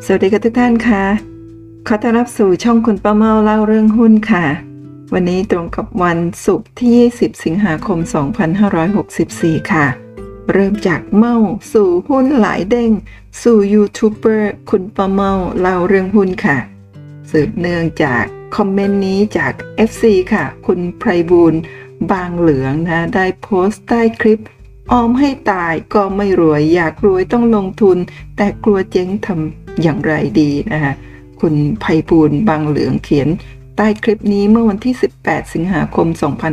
สวัสดีค่ะทุกท่านค่ะขอต้อนรับสู่ช่องคุณป้าเมาเล่าเรื่องหุ้นค่ะวันนี้ตรงกับวันศุกร์ที่20สิงหาคม2564ค่ะเริ่มจากเมาสู่หุ้นหลายเด้งสู่ยูทูบเบอร์คุณป้าเมาเล่าเรื่องหุ้นค่ะสืบเนื่องจากคอมเมนต์นี้จาก FC ค่ะคุณไพบูลย์บางเหลืองนะได้โพสต์ใต้คลิปออมให้ตายก็ไม่รวยอยากรวยต้องลงทุนแต่กลัวเจ๊งทำอย่างไรดีนะคะคุณไพบูลย์บางเหลืองเขียนใต้คลิปนี้เมื่อวันที่18สิงหาคม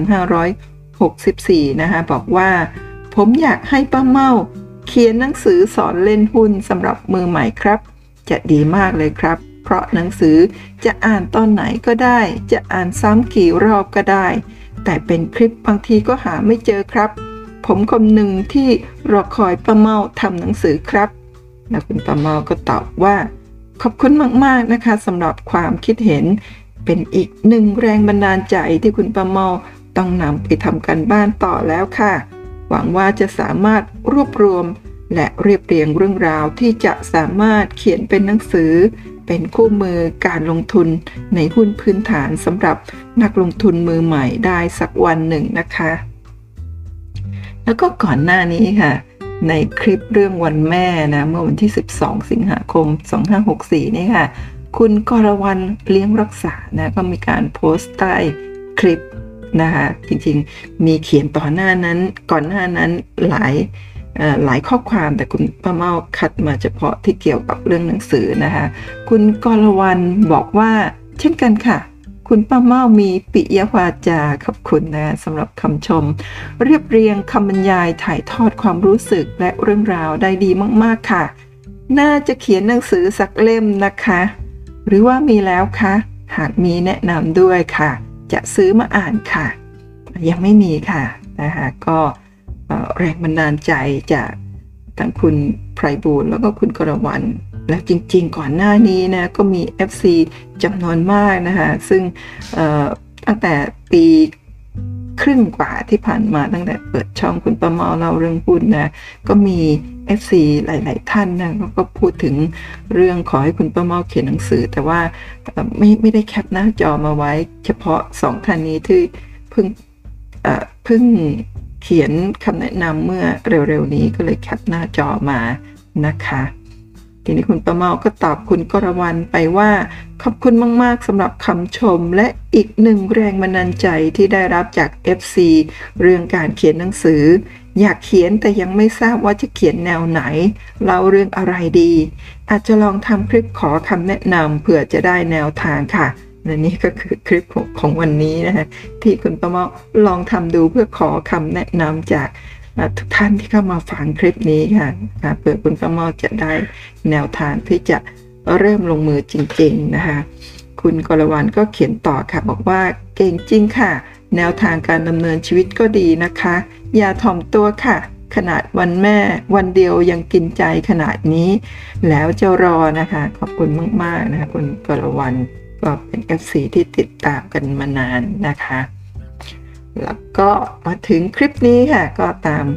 2564นะคะบอกว่าผมอยากให้ป้าเมาเขียนหนังสือสอนเล่นหุ้นสำหรับมือใหม่ครับจะดีมากเลยครับเพราะหนังสือจะอ่านตอนไหนก็ได้จะอ่านซ้ำกี่รอบก็ได้แต่เป็นคลิปบางทีก็หาไม่เจอครับผมคนหนึ่งที่รอคอยป้าเมาทำหนังสือครับแล้วคุณป้าเมาก็ตอบว่าขอบคุณมากๆนะคะสำหรับความคิดเห็นเป็นอีกหนึ่งแรงบันดาลใจที่คุณป้าเมาต้องนำไปทำการบ้านต่อแล้วค่ะหวังว่าจะสามารถรวบรวมและเรียบเรียงเรื่องราวที่จะสามารถเขียนเป็นหนังสือเป็นคู่มือการลงทุนในหุ้นพื้นฐานสำหรับนักลงทุนมือใหม่ได้สักวันหนึ่งนะคะแล้วก็ก่อนหน้านี้ค่ะในคลิปเรื่องวันแม่นะเมื่อวันที่12สิงหาคม2564นี่ค่ะคุณกรวรรณเลี้ยงรักษานะก็มีการโพสต์ใต้คลิปนะคะจริงๆมีเขียนก่อนหน้านั้นหลายข้อความแต่คุณป้าเมาคัดมาเฉพาะที่เกี่ยวกับเรื่องหนังสือนะคะคุณกรวรรณบอกว่าเช่นกันค่ะคุณป้าเมามีปิยวาจาขอบคุณนะสำหรับคำชมเรียบเรียงคำบรรยายถ่ายทอดความรู้สึกและเรื่องราวได้ดีมากๆค่ะน่าจะเขียนหนังสือสักเล่มนะคะหรือว่ามีแล้วคะหากมีแนะนำด้วยค่ะจะซื้อมาอ่านค่ะยังไม่มีค่ะนะคะก็แรงบันดาลใจจากทั้งคุณไพบูลย์แล้วก็คุณกรวรรณและจริงๆก่อนหน้านี้นะก็มี FC จำนวนมากนะคะซึ่งตั้งแต่ปีครึ่งกว่าที่ผ่านมาตั้งแต่เปิดช่องคุณป้าเมาเล่าเรื่องหุ้นนะก็มี FC หลายๆท่านนะก็พูดถึงเรื่องขอให้คุณป้าเมาเขียนหนังสือแต่ว่าไม่ได้แคปหน้าจอมาไว้เฉพาะ2ท่านนี้ที่เพิ่งเขียนคำแนะนำเมื่อเร็วๆนี้ก็เลยแคปหน้าจอมานะคะทีนี้คุณป้าเมาก็ตอบคุณกรวรรณไปว่าขอบคุณมากๆสำหรับคำชมและอีกหนึ่งแรงบันดาลใจที่ได้รับจาก FC เรื่องการเขียนหนังสืออยากเขียนแต่ยังไม่ทราบว่าจะเขียนแนวไหนเล่าเรื่องอะไรดีอาจจะลองทำคลิปขอคำแนะนำเผื่อจะได้แนวทางค่ะและนี่ก็คือคลิปของวันนี้นะคะที่คุณป้าเมาลองทำดูเพื่อขอคำแนะนำจากทุกท่านที่เข้ามาฟังคลิปนี้ค่ะเผื่อคุณป้าเมาจะได้แนวทางที่จะเริ่มลงมือจริงๆนะคะคุณกรวรรณก็เขียนต่อค่ะบอกว่าเก่งจริงค่ะแนวทางการดำเนินชีวิตก็ดีนะคะอย่าถ่อมตัวค่ะขนาดวันแม่วันเดียวยังกินใจขนาดนี้แล้วจะรอนะคะขอบคุณมากๆนะคะคุณกรวรรณก็เป็น FC ที่ติดตามกันมานานนะคะแล้วก็มาถึงคลิปนี้ค่ะก็ตาม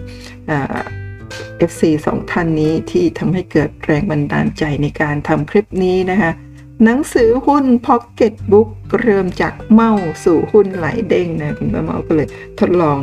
FC 2ท่านนี้ที่ทำให้เกิดแรงบันดาลใจในการทำคลิปนี้นะคะหนังสือหุ้น Pocket Book เริ่มจากเมาสู่หุ้นไหลเด้งนะคุณป้าเมาก็เลยทดลอง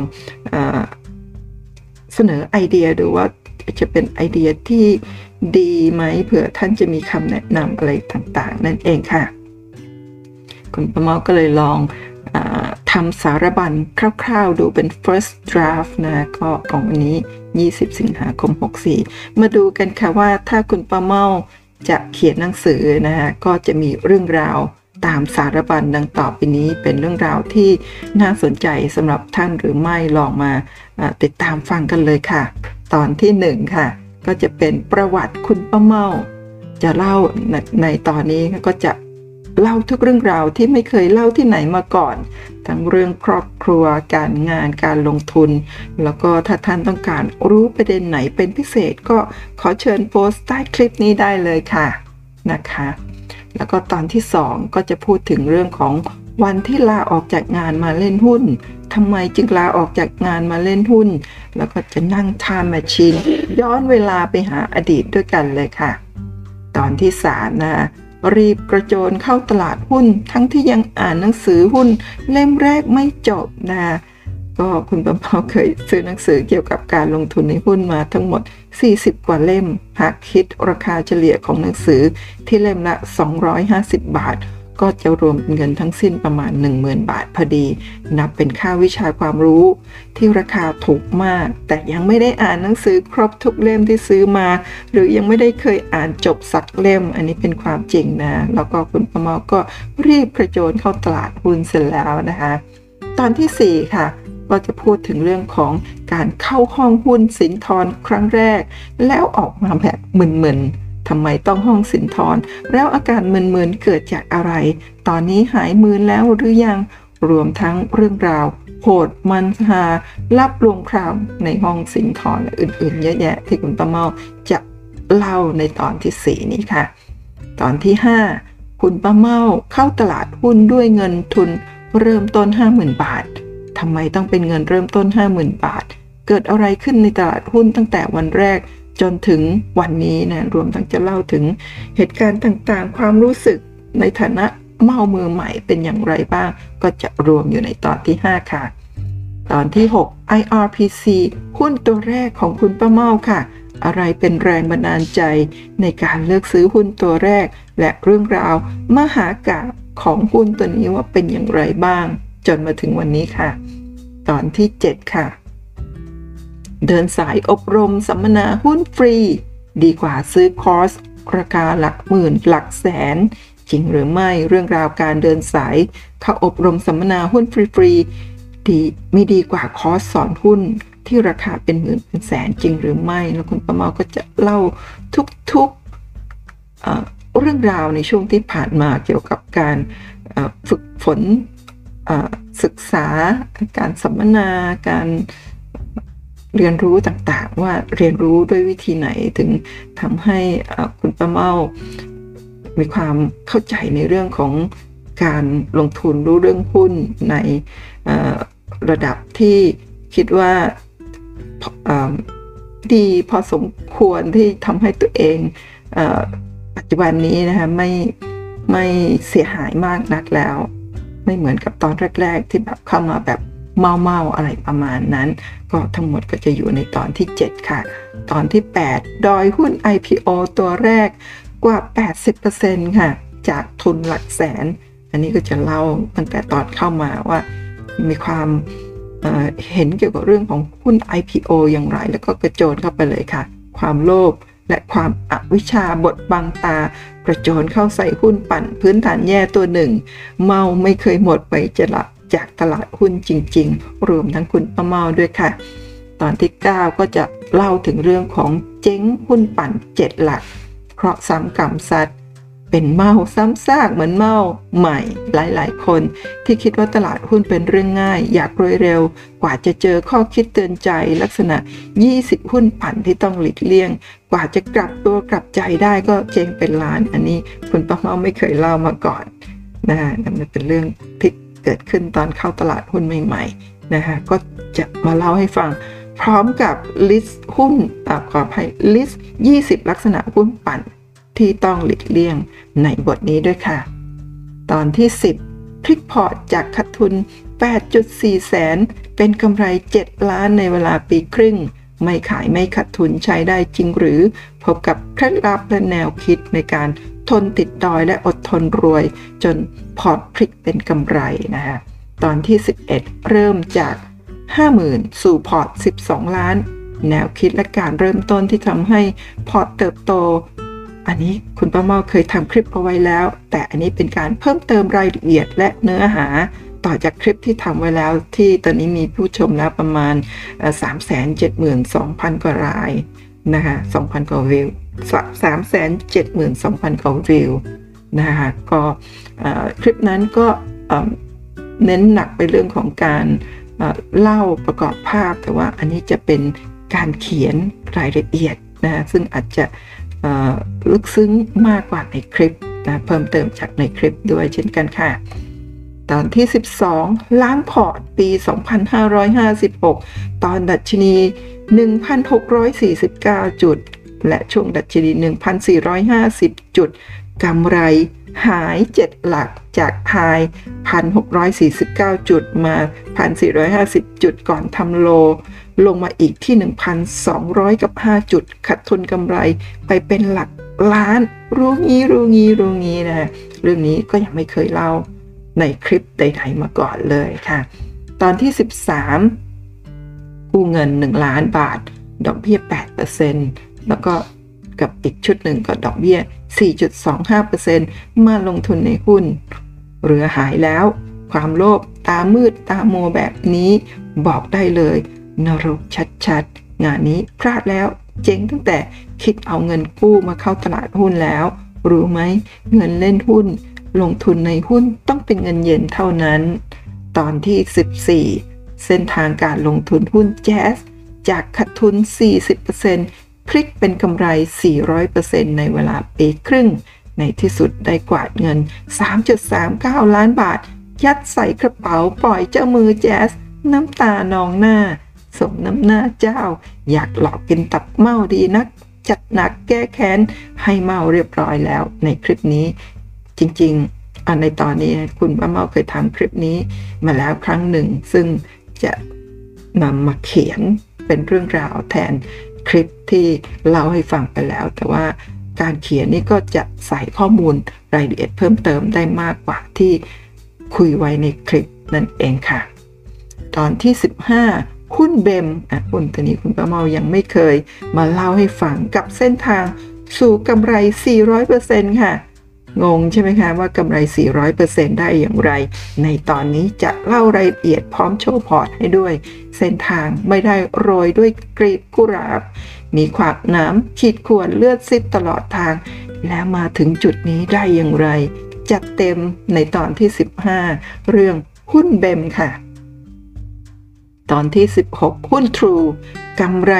เสนอไอเดียดูว่าจะเป็นไอเดียที่ดีไหมเผื่อท่านจะมีคำแนะนำอะไรต่างๆนั่นเองค่ะคุณป้าเมาก็เลยลองทำสารบัญคร่าวๆดูเป็น first draft นะก็ของวันนี้20สิงหาคม64มาดูกันค่ะว่าถ้าคุณป้าเมาจะเขียนหนังสือนะคะก็จะมีเรื่องราวตามสารบัญดังต่อไปนี้เป็นเรื่องราวที่น่าสนใจสำหรับท่านหรือไม่ลองมาติดตามฟังกันเลยค่ะตอนที่1ค่ะก็จะเป็นประวัติคุณป้าเมาจะเล่าในตอนนี้ก็จะเล่าทุกเรื่องราวที่ไม่เคยเล่าที่ไหนมาก่อนทั้งเรื่องครอบครัวการงานการลงทุนแล้วก็ถ้าท่านต้องการรู้ประเด็นไหนเป็นพิเศษก็ขอเชิญโพสต์ใต้คลิปนี้ได้เลยค่ะนะคะแล้วก็ตอนที่2ก็จะพูดถึงเรื่องของวันที่ลาออกจากงานมาเล่นหุ้นทำไมจึงลาออกจากงานมาเล่นหุ้นแล้วก็จะนั่งไทม์แมชชีนย้อนเวลาไปหาอดีตด้วยกันเลยค่ะตอนที่3นะคะรีบกระโจนเข้าตลาดหุ้นทั้งที่ยังอ่านหนังสือหุ้นเล่มแรกไม่จบนะคะก็คุณประเมาเคยซื้อหนังสือเกี่ยวกับการลงทุนในหุ้นมาทั้งหมด40กว่าเล่มหากคิดราคาเฉลี่ยของหนังสือที่เล่มละ250 บาทก็จะรวมเป็นเงินทั้งสิ้นประมาณ 10,000 บาทพอดีนับเป็นค่าวิชาความรู้ที่ราคาถูกมากแต่ยังไม่ได้อ่านหนังสือครบทุกเล่มที่ซื้อมาหรือยังไม่ได้เคยอ่านจบสักเล่มอันนี้เป็นความจริงนะแล้วก็คุณประเมาก็รีบกระโจนเข้าตลาดหุ้นเสร็จแล้วนะคะตอนที่4ค่ะก็จะพูดถึงเรื่องของการเข้าห้องหุ้นสินทรครั้งแรกแล้วออกมาแบบมึนๆทำไมต้องห้องสินทรแล้วอาการมึนๆเกิดจากอะไรตอนนี้หายมึนแล้วหรือยังรวมทั้งเรื่องราวโหดมันฮาลับลวงคราวในห้องสินทรและอื่นๆเยอะแยะที่คุณประเมาจะเล่าในตอนที่4นี้ค่ะตอนที่5คุณประเมาเข้าตลาดหุ้นด้วยเงินทุนเริ่มต้น 50,000 บาททำไมต้องเป็นเงินเริ่มต้น 50,000 บาทเกิดอะไรขึ้นในตลาดหุ้นตั้งแต่วันแรกจนถึงวันนี้นะรวมทั้งจะเล่าถึงเหตุการณ์ต่างๆความรู้สึกในฐานะเมามือใหม่เป็นอย่างไรบ้างก็จะรวมอยู่ในตอนที่5ค่ะตอนที่6 IRPC หุ้นตัวแรกของคุณป้าเมาค่ะอะไรเป็นแรงบันดาลใจในการเลือกซื้อหุ้นตัวแรกและเรื่องราวมหากาพย์ของหุ้นตัวนี้ว่าเป็นอย่างไรบ้างจนมาถึงวันนี้ค่ะตอนที่7ค่ะเดินสายอบรมสัมมนาหุ้นฟรีดีกว่าซื้อคอร์สราคาหลักหมื่นหลักแสนจริงหรือไม่เรื่องราวการเดินสายเข้าอบรมสัมมนาหุ้นฟรีดีไม่ดีกว่าคอร์สสอนหุ้นที่ราคาเป็นหมื่นเป็นแสนจริงหรือไม่แล้วคุณประเมาก็จะเล่าทุกเรื่องราวในช่วงที่ผ่านมาเกี่ยวกับการฝึกฝนศึกษาการสัมมนาการเรียนรู้ต่างๆว่าเรียนรู้ด้วยวิธีไหนถึงทำให้คุณป้าเมามีความเข้าใจในเรื่องของการลงทุนรู้เรื่องหุ้นในระดับที่คิดว่าดีพอสมควรที่ทำให้ตัวเองปัจจุบันนี้นะคะไม่เสียหายมากนักแล้วไม่เหมือนกับตอนแรกๆที่แบบเข้ามาแบบเมาอะไรประมาณนั้นก็ทั้งหมดก็จะอยู่ในตอนที่7ค่ะตอนที่8ดอยหุ้น IPO ตัวแรกกว่า 80% ค่ะจากทุนหลักแสนอันนี้ก็จะเล่าตั้งแต่ตอนเข้ามาว่ามีความเห็นเกี่ยวกับเรื่องของหุ้น IPO อย่างไรแล้วก็กระโจนเข้าไปเลยค่ะความโลภและความอวิชชาบดบังตากระโจนเข้าใส่หุ้นปั่นพื้นฐานแย่ตัวหนึ่งเมาไม่เคยหมดไปจะละจากตลาดหุ้นจริงๆรวมทั้งคุณป้าเมาด้วยค่ะตอนที่9ก็จะเล่าถึงเรื่องของเจ๊งหุ้นปั่น7หลักเพราะซ้ำกรรมซัดเป็นเมาซ้ำซากเหมือนเมาใหม่หลายๆคนที่คิดว่าตลาดหุ้นเป็นเรื่องง่ายอยากรวยเร็วกว่าจะเจอข้อคิดเตือนใจลักษณะ20หุ้นปั่นที่ต้องหลีกเลี่ยงกว่าจะกลับตัวกลับใจได้ก็เจ๊งเป็นล้านอันนี้คุณป้าเมาไม่เคยเล่ามาก่อนนะมันเป็นเรื่องที่เกิดขึ้นตอนเข้าตลาดหุ้นใหม่ๆนะคะก็จะมาเล่าให้ฟังพร้อมกับลิสต์หุ้นขออภัยลิสต์20ลักษณะหุ้นปั่นที่ต้องหลีกเลี่ยงในบทนี้ด้วยค่ะตอนที่10พลิกพอร์ตจากขาดทุน 8.4 แสนเป็นกำไร7ล้านในเวลาปีครึ่งไม่ขายไม่ขาดทุนใช้ได้จริงหรือพบกับเคล็ดลับและแนวคิดในการทนติดดอยและอดทนรวยจนพอร์ตพลิกเป็นกำไรนะคะตอนที่11เริ่มจาก 50,000 สู่พอร์ต12ล้านแนวคิดและการเริ่มต้นที่ทำให้พอร์ตเติบโตอันนี้คุณป้าเมาเคยทำคลิปเอาไว้แล้วแต่อันนี้เป็นการเพิ่มเติมรายละเอียดและเนื้อหาต่อจากคลิปที่ทำไว้แล้วที่ตอนนี้มีผู้ชมแล้วประมาณ 372,000 กว่ารายนะคะ 2,000 กว่าวิว 372,000 กว่าวิวนะคะก็คลิปนั้นก็เน้นหนักไปเรื่องของการเล่าประกอบภาพแต่ว่าอันนี้จะเป็นการเขียนรายละเอียดนะซึ่งอาจจะลึกซึ้งมากกว่าในคลิปนะเพิ่มเติมจากในคลิปด้วยเช่นกันค่ะตอนที่12ล้างพอร์ตปี 2556 ตอนดัชนี 1,649 จุดและช่วงดัชนี 1,450 จุดกำไรหาย7หลักจากไฮ 1,649 จุดมา 1,450 จุดก่อนทำโลลงมาอีกที่ 1,200 กับ 5 จุดขาดทุนกำไรไปเป็นหลักล้านรู้งี้นะเรื่องนี้ก็ยังไม่เคยเล่าในคลิปใดๆมาก่อนเลยค่ะตอนที่13กู้เงิน1ล้านบาทดอกเบี้ย 8% แล้วก็กับอีกชุดหนึ่งก็ดอกเบี้ย 4.25% มาลงทุนในหุ้นเรือหายแล้วความโลภตามืดตามัวแบบนี้บอกได้เลยนรกชัดๆงานนี้พลาดแล้วเจ๊งตั้งแต่คิดเอาเงินกู้มาเข้าตลาดหุ้นแล้วรู้ไหมเงินเล่นหุ้นลงทุนในหุ้นต้องเป็นเงินเย็นเท่านั้นตอนที่14เส้นทางการลงทุนหุ้นแจ๊สจากขาดทุน 40% พลิกเป็นกำไร 400% ในเวลาปีครึ่งในที่สุดได้กวาดเงิน 3.39 ล้านบาทยัดใส่กระเป๋าปล่อยเจ้ามือแจ๊สน้ำตานองหน้าสมน้ำหน้าเจ้าอยากหลอกกินตับเม่าดีนักจัดหนักแก้แค้นให้เม่าเรียบร้อยแล้วในคลิปนี้จริงๆในตอนนี้คุณป้าเม่าเคยทำคลิปนี้มาแล้วครั้งหนึ่งซึ่งจะนำมาเขียนเป็นเรื่องราวแทนคลิปที่เล่าให้ฟังไปแล้วแต่ว่าการเขียนนี่ก็จะใส่ข้อมูลรายละเอียดเพิ่มเติมได้มากกว่าที่คุยไว้ในคลิปนั่นเองค่ะตอนที่15หุ้นเบมหุ้นตัวนี้คุณป้าเมายังไม่เคยมาเล่าให้ฟังกับเส้นทางสู่กำไร 400% ค่ะงงใช่ไหมคะว่ากำไร 400% ได้อย่างไรในตอนนี้จะเล่ารายละเอียดพร้อมโชว์พอร์ตให้ด้วยเส้นทางไม่ได้โรยด้วยกลีบกุหลาบมีขวากหนามขีดข่วนเลือดซิบตลอดทางและมาถึงจุดนี้ได้อย่างไรจัดเต็มในตอนที่15เรื่องหุ้นเบมค่ะตอนที่16หุ้น True กำไร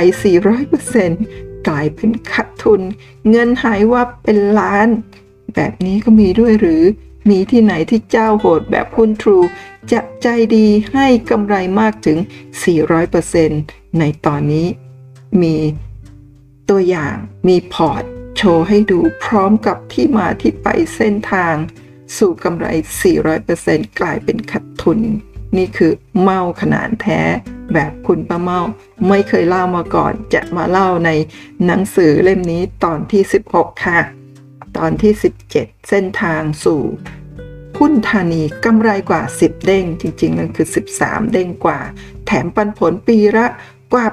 400% กลายเป็นขาดทุนเงินหายวับเป็นล้านแบบนี้ก็มีด้วยหรือมีที่ไหนที่เจ้าโหดแบบหุ้น True จะใจดีให้กำไรมากถึง 400% ในตอนนี้มีตัวอย่างมีพอร์ตโชว์ให้ดูพร้อมกับที่มาที่ไปเส้นทางสู่กำไร 400% กลายเป็นขาดทุนนี่คือเมาขนาดแท้แบบคุณป้าเมาไม่เคยเล่ามาก่อนจะมาเล่าในหนังสือเล่มนี้ตอนที่16ค่ะตอนที่17เส้นทางสู่หุ้นธานีกำไรกว่า10เด้งจริงๆนั่นคือ13เด้งกว่าแถมปันผลปีละกว่า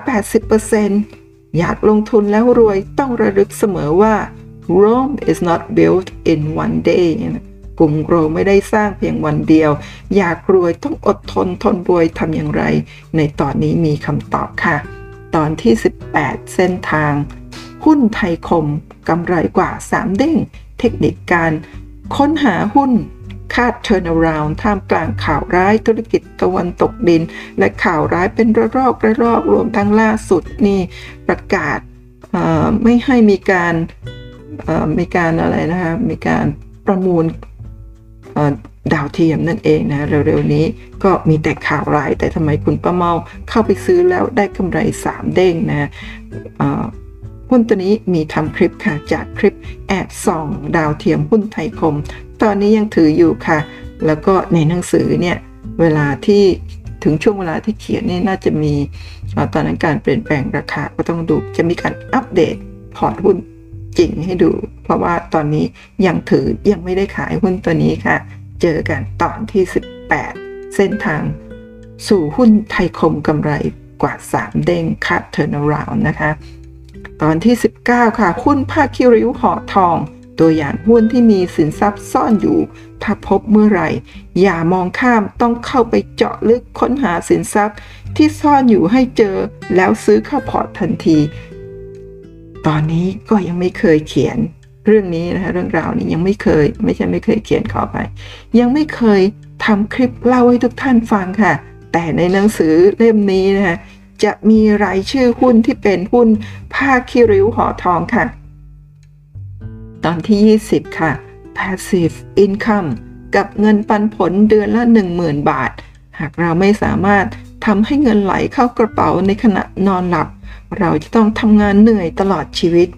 80% อยากลงทุนแล้วรวยต้องระลึกเสมอว่า Rome is not built in one day กรุงโรมไม่ได้สร้างเพียงวันเดียวอยากรวยต้องอดทนทนรวยทำอย่างไรในตอนนี้มีคำตอบค่ะตอนที่18เส้นทางหุ้นไทยคมกำไรกว่า3เด้งเทคนิคการค้นหาหุ้นคาด turnaround ท่ามกลางข่าวร้ายธุรกิจตะวันตกดินและข่าวร้ายเป็นระลอกรวมทั้งล่าสุดนี่ประกาศไม่ให้มีการอะไรนะคะมีการประมูลดาวเทียมนั่นเองนะเร็วๆนี้ก็มีแต่ข่าวร้ายแต่ทำไมคุณป้าเมาเข้าไปซื้อแล้วได้กำไร3เด้งนะหุ้นตัวนี้มีทำคลิปค่ะจากคลิปแอบส่องดาวเทียมหุ้นไทยคมตอนนี้ยังถืออยู่ค่ะแล้วก็ในหนังสือเนี่ยเวลาที่ถึงช่วงเวลาที่เขียนนี่น่าจะมีตอนนั้นการเปลี่ยนแปลงราคาก็ต้องดูจะมีการอัปเดตพอร์ตหุ้นจริงให้ดูเพราะว่าตอนนี้ยังถือยังไม่ได้ขายหุ้นตัวนี้ค่ะเจอกันตอนที่18เส้นทางสู่หุ้นไทยคมกำไรกว่า3เด้งคัด turnaround นะคะตอนที่19ค่ะหุ้นผ้าคีริ้วห่อทองตัวอย่างหุ้นที่มีสินทรัพย์ซ่อนอยู่ถ้าพบเมื่อไหร่อย่ามองข้ามต้องเข้าไปเจาะลึกค้นหาสินทรัพย์ที่ซ่อนอยู่ให้เจอแล้วซื้อเข้าพอร์ตทันทีตอนนี้ก็ยังไม่เคยเขียนเรื่องนี้นะคะเรื่องราวนี้ยังไม่เคยเขียนขอไปยังไม่เคยทำคลิปเล่าให้ทุกท่านฟังค่ะแต่ในหนังสือเล่มนี้นะคะจะมีรายชื่อหุ้นที่เป็นหุ้นผ้าคีริ้วห่อทองค่ะตอนที่20ค่ะ Passive Income กับเงินปันผลเดือนละ 10,000 บาทหากเราไม่สามารถทำให้เงินไหลเข้ากระเป๋าในขณะนอนหลับเราจะต้องทำงานเหนื่อยตลอดชีวิต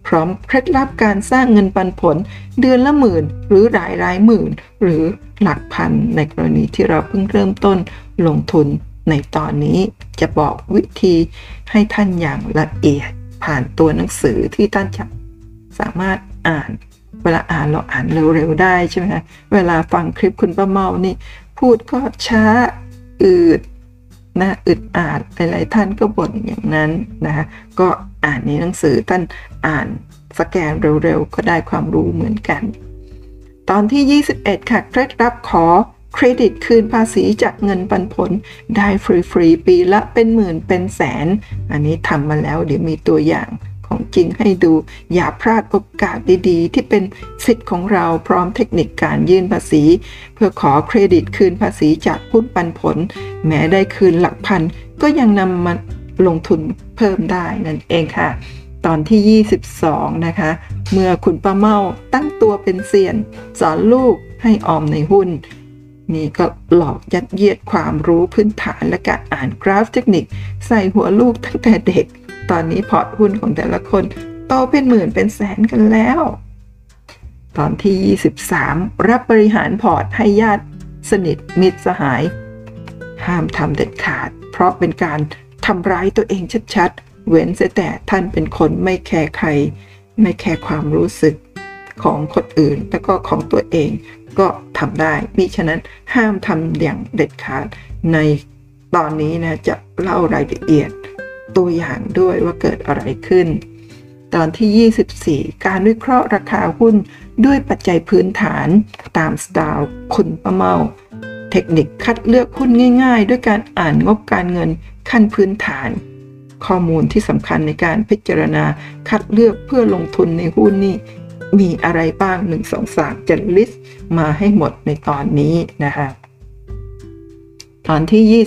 พร้อมเคล็ดลับการสร้างเงินปันผลเดือนละหมื่นหรือหลายหมื่นหรือหลักพันในกรณีที่เราเพิ่งเริ่มต้นลงทุนในตอนนี้จะบอกวิธีให้ท่านอย่างละเอียดผ่านตัวหนังสือที่ท่านจะสามารถอ่านเวลาอ่านเราอ่านเร็วๆได้ใช่ไหมคะเวลาฟังคลิปคุณป้าเมานี่พูดก็ช้าอืดนะอึดอัดหลายๆท่านก็บ่นอย่างนั้นนะคะก็อ่านในหนังสือท่านอ่านสแกนเร็วๆก็ได้ความรู้เหมือนกันตอนที่21ค่ะเคล็ดลับขอเครดิตคืนภาษีจากเงินปันผลได้ฟรีๆปีละเป็นหมื่นเป็นแสนอันนี้ทำมาแล้วเดี๋ยวมีตัวอย่างของจริงให้ดูอย่าพลาดโอกาสดีๆที่เป็นสิทธิ์ของเราพร้อมเทคนิคการยื่นภาษีเพื่อขอเครดิตคืนภาษีจากหุ้นปันผลแม้ได้คืนหลักพันก็ยังนำมาลงทุนเพิ่มได้นั่นเองค่ะตอนที่22นะคะเมื่อคุณป้าเมาตั้งตัวเป็นเซียนสอนลูกให้ออมในหุ้นนี่ก็หลอกยัดเยียดความรู้พื้นฐานและการอ่านกราฟเทคนิคใส่หัวลูกตั้งแต่เด็กตอนนี้พอร์ตหุ้นของแต่ละคนโตเป็นหมื่นเป็นแสนกันแล้วตอนที่23รับบริหารพอร์ตให้ญาติสนิทมิตรสหายห้ามทำเด็ดขาดเพราะเป็นการทำร้ายตัวเองชัดๆเว้นแต่ท่านเป็นคนไม่แคร์ใครไม่แคร์ความรู้สึกของคนอื่นแล้วก็ของตัวเองก็ทำได้มิฉะนั้นห้ามทำอย่างเด็ดขาดในตอนนี้นะจะเล่ารายละเอียดตัวอย่างด้วยว่าเกิดอะไรขึ้นตอนที่24การวิเคราะห์ราคาหุ้นด้วยปัจจัยพื้นฐานตามสไตล์คุณป้าเมาเทคนิคคัดเลือกหุ้นง่ายๆด้วยการอ่านงบการเงินขั้นพื้นฐานข้อมูลที่สำคัญในการพิจารณาคัดเลือกเพื่อลงทุนในหุ้นนี่มีอะไรบ้าง1 2 3จะลิสต์มาให้หมดในตอนนี้นะคะตอนที่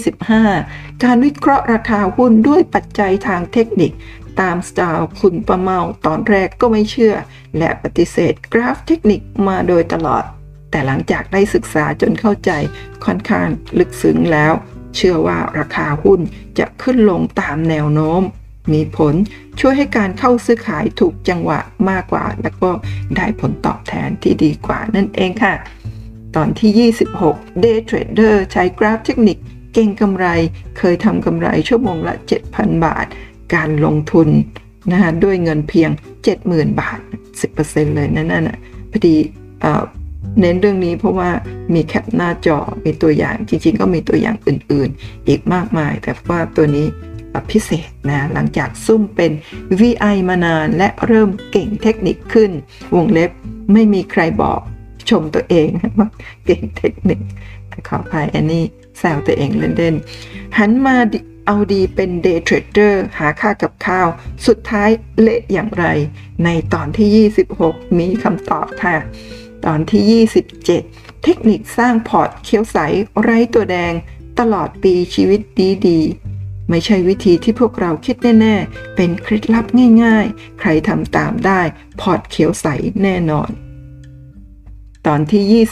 25การวิเคราะห์ราคาหุ้นด้วยปัจจัยทางเทคนิคตามสไตล์คุณป้าเมาตอนแรกก็ไม่เชื่อและปฏิเสธกราฟเทคนิคมาโดยตลอดแต่หลังจากได้ศึกษาจนเข้าใจค่อนข้างลึกซึ้งแล้วเชื่อว่าราคาหุ้นจะขึ้นลงตามแนวโน้มมีผลช่วยให้การเข้าซื้อขายถูกจังหวะมากกว่าและก็ได้ผลตอบแทนที่ดีกว่านั่นเองค่ะตอนที่26 Day Trader ใช้กราฟเทคนิคเก่งกำไรเคยทำกำไรชั่วโมงละ 7,000 บาทการลงทุนนะคะด้วยเงินเพียง 70,000 บาท 10% เลยนั่นน่ะพอดีเน้นเรื่องนี้เพราะว่ามีแคปหน้าจอมีตัวอย่างจริงๆก็มีตัวอย่างอื่นๆอีกมากมายแต่ว่าตัวนี้พิเศษนะหลังจากซุ่มเป็น VI มานานและเริ่มเก่งเทคนิคขึ้นวงเล็บไม่มีใครบอกชมตัวเองว่าเก่งเทคนิคขออภัยอันนี้แซวตัวเองเล่นๆหันมาเอาดีเป็น Day Trader หาค่ากับข้าวสุดท้ายเละอย่างไรในตอนที่26มีคำตอบค่ะตอนที่27เทคนิคสร้างพอร์ตเขียวใสไร้ตัวแดงตลอดปีชีวิตดีไม่ใช่วิธีที่พวกเราคิดแน่ๆเป็นเคล็ดลับง่ายๆใครทำตามได้พอร์ตเขียวใสแน่นอนตอนที่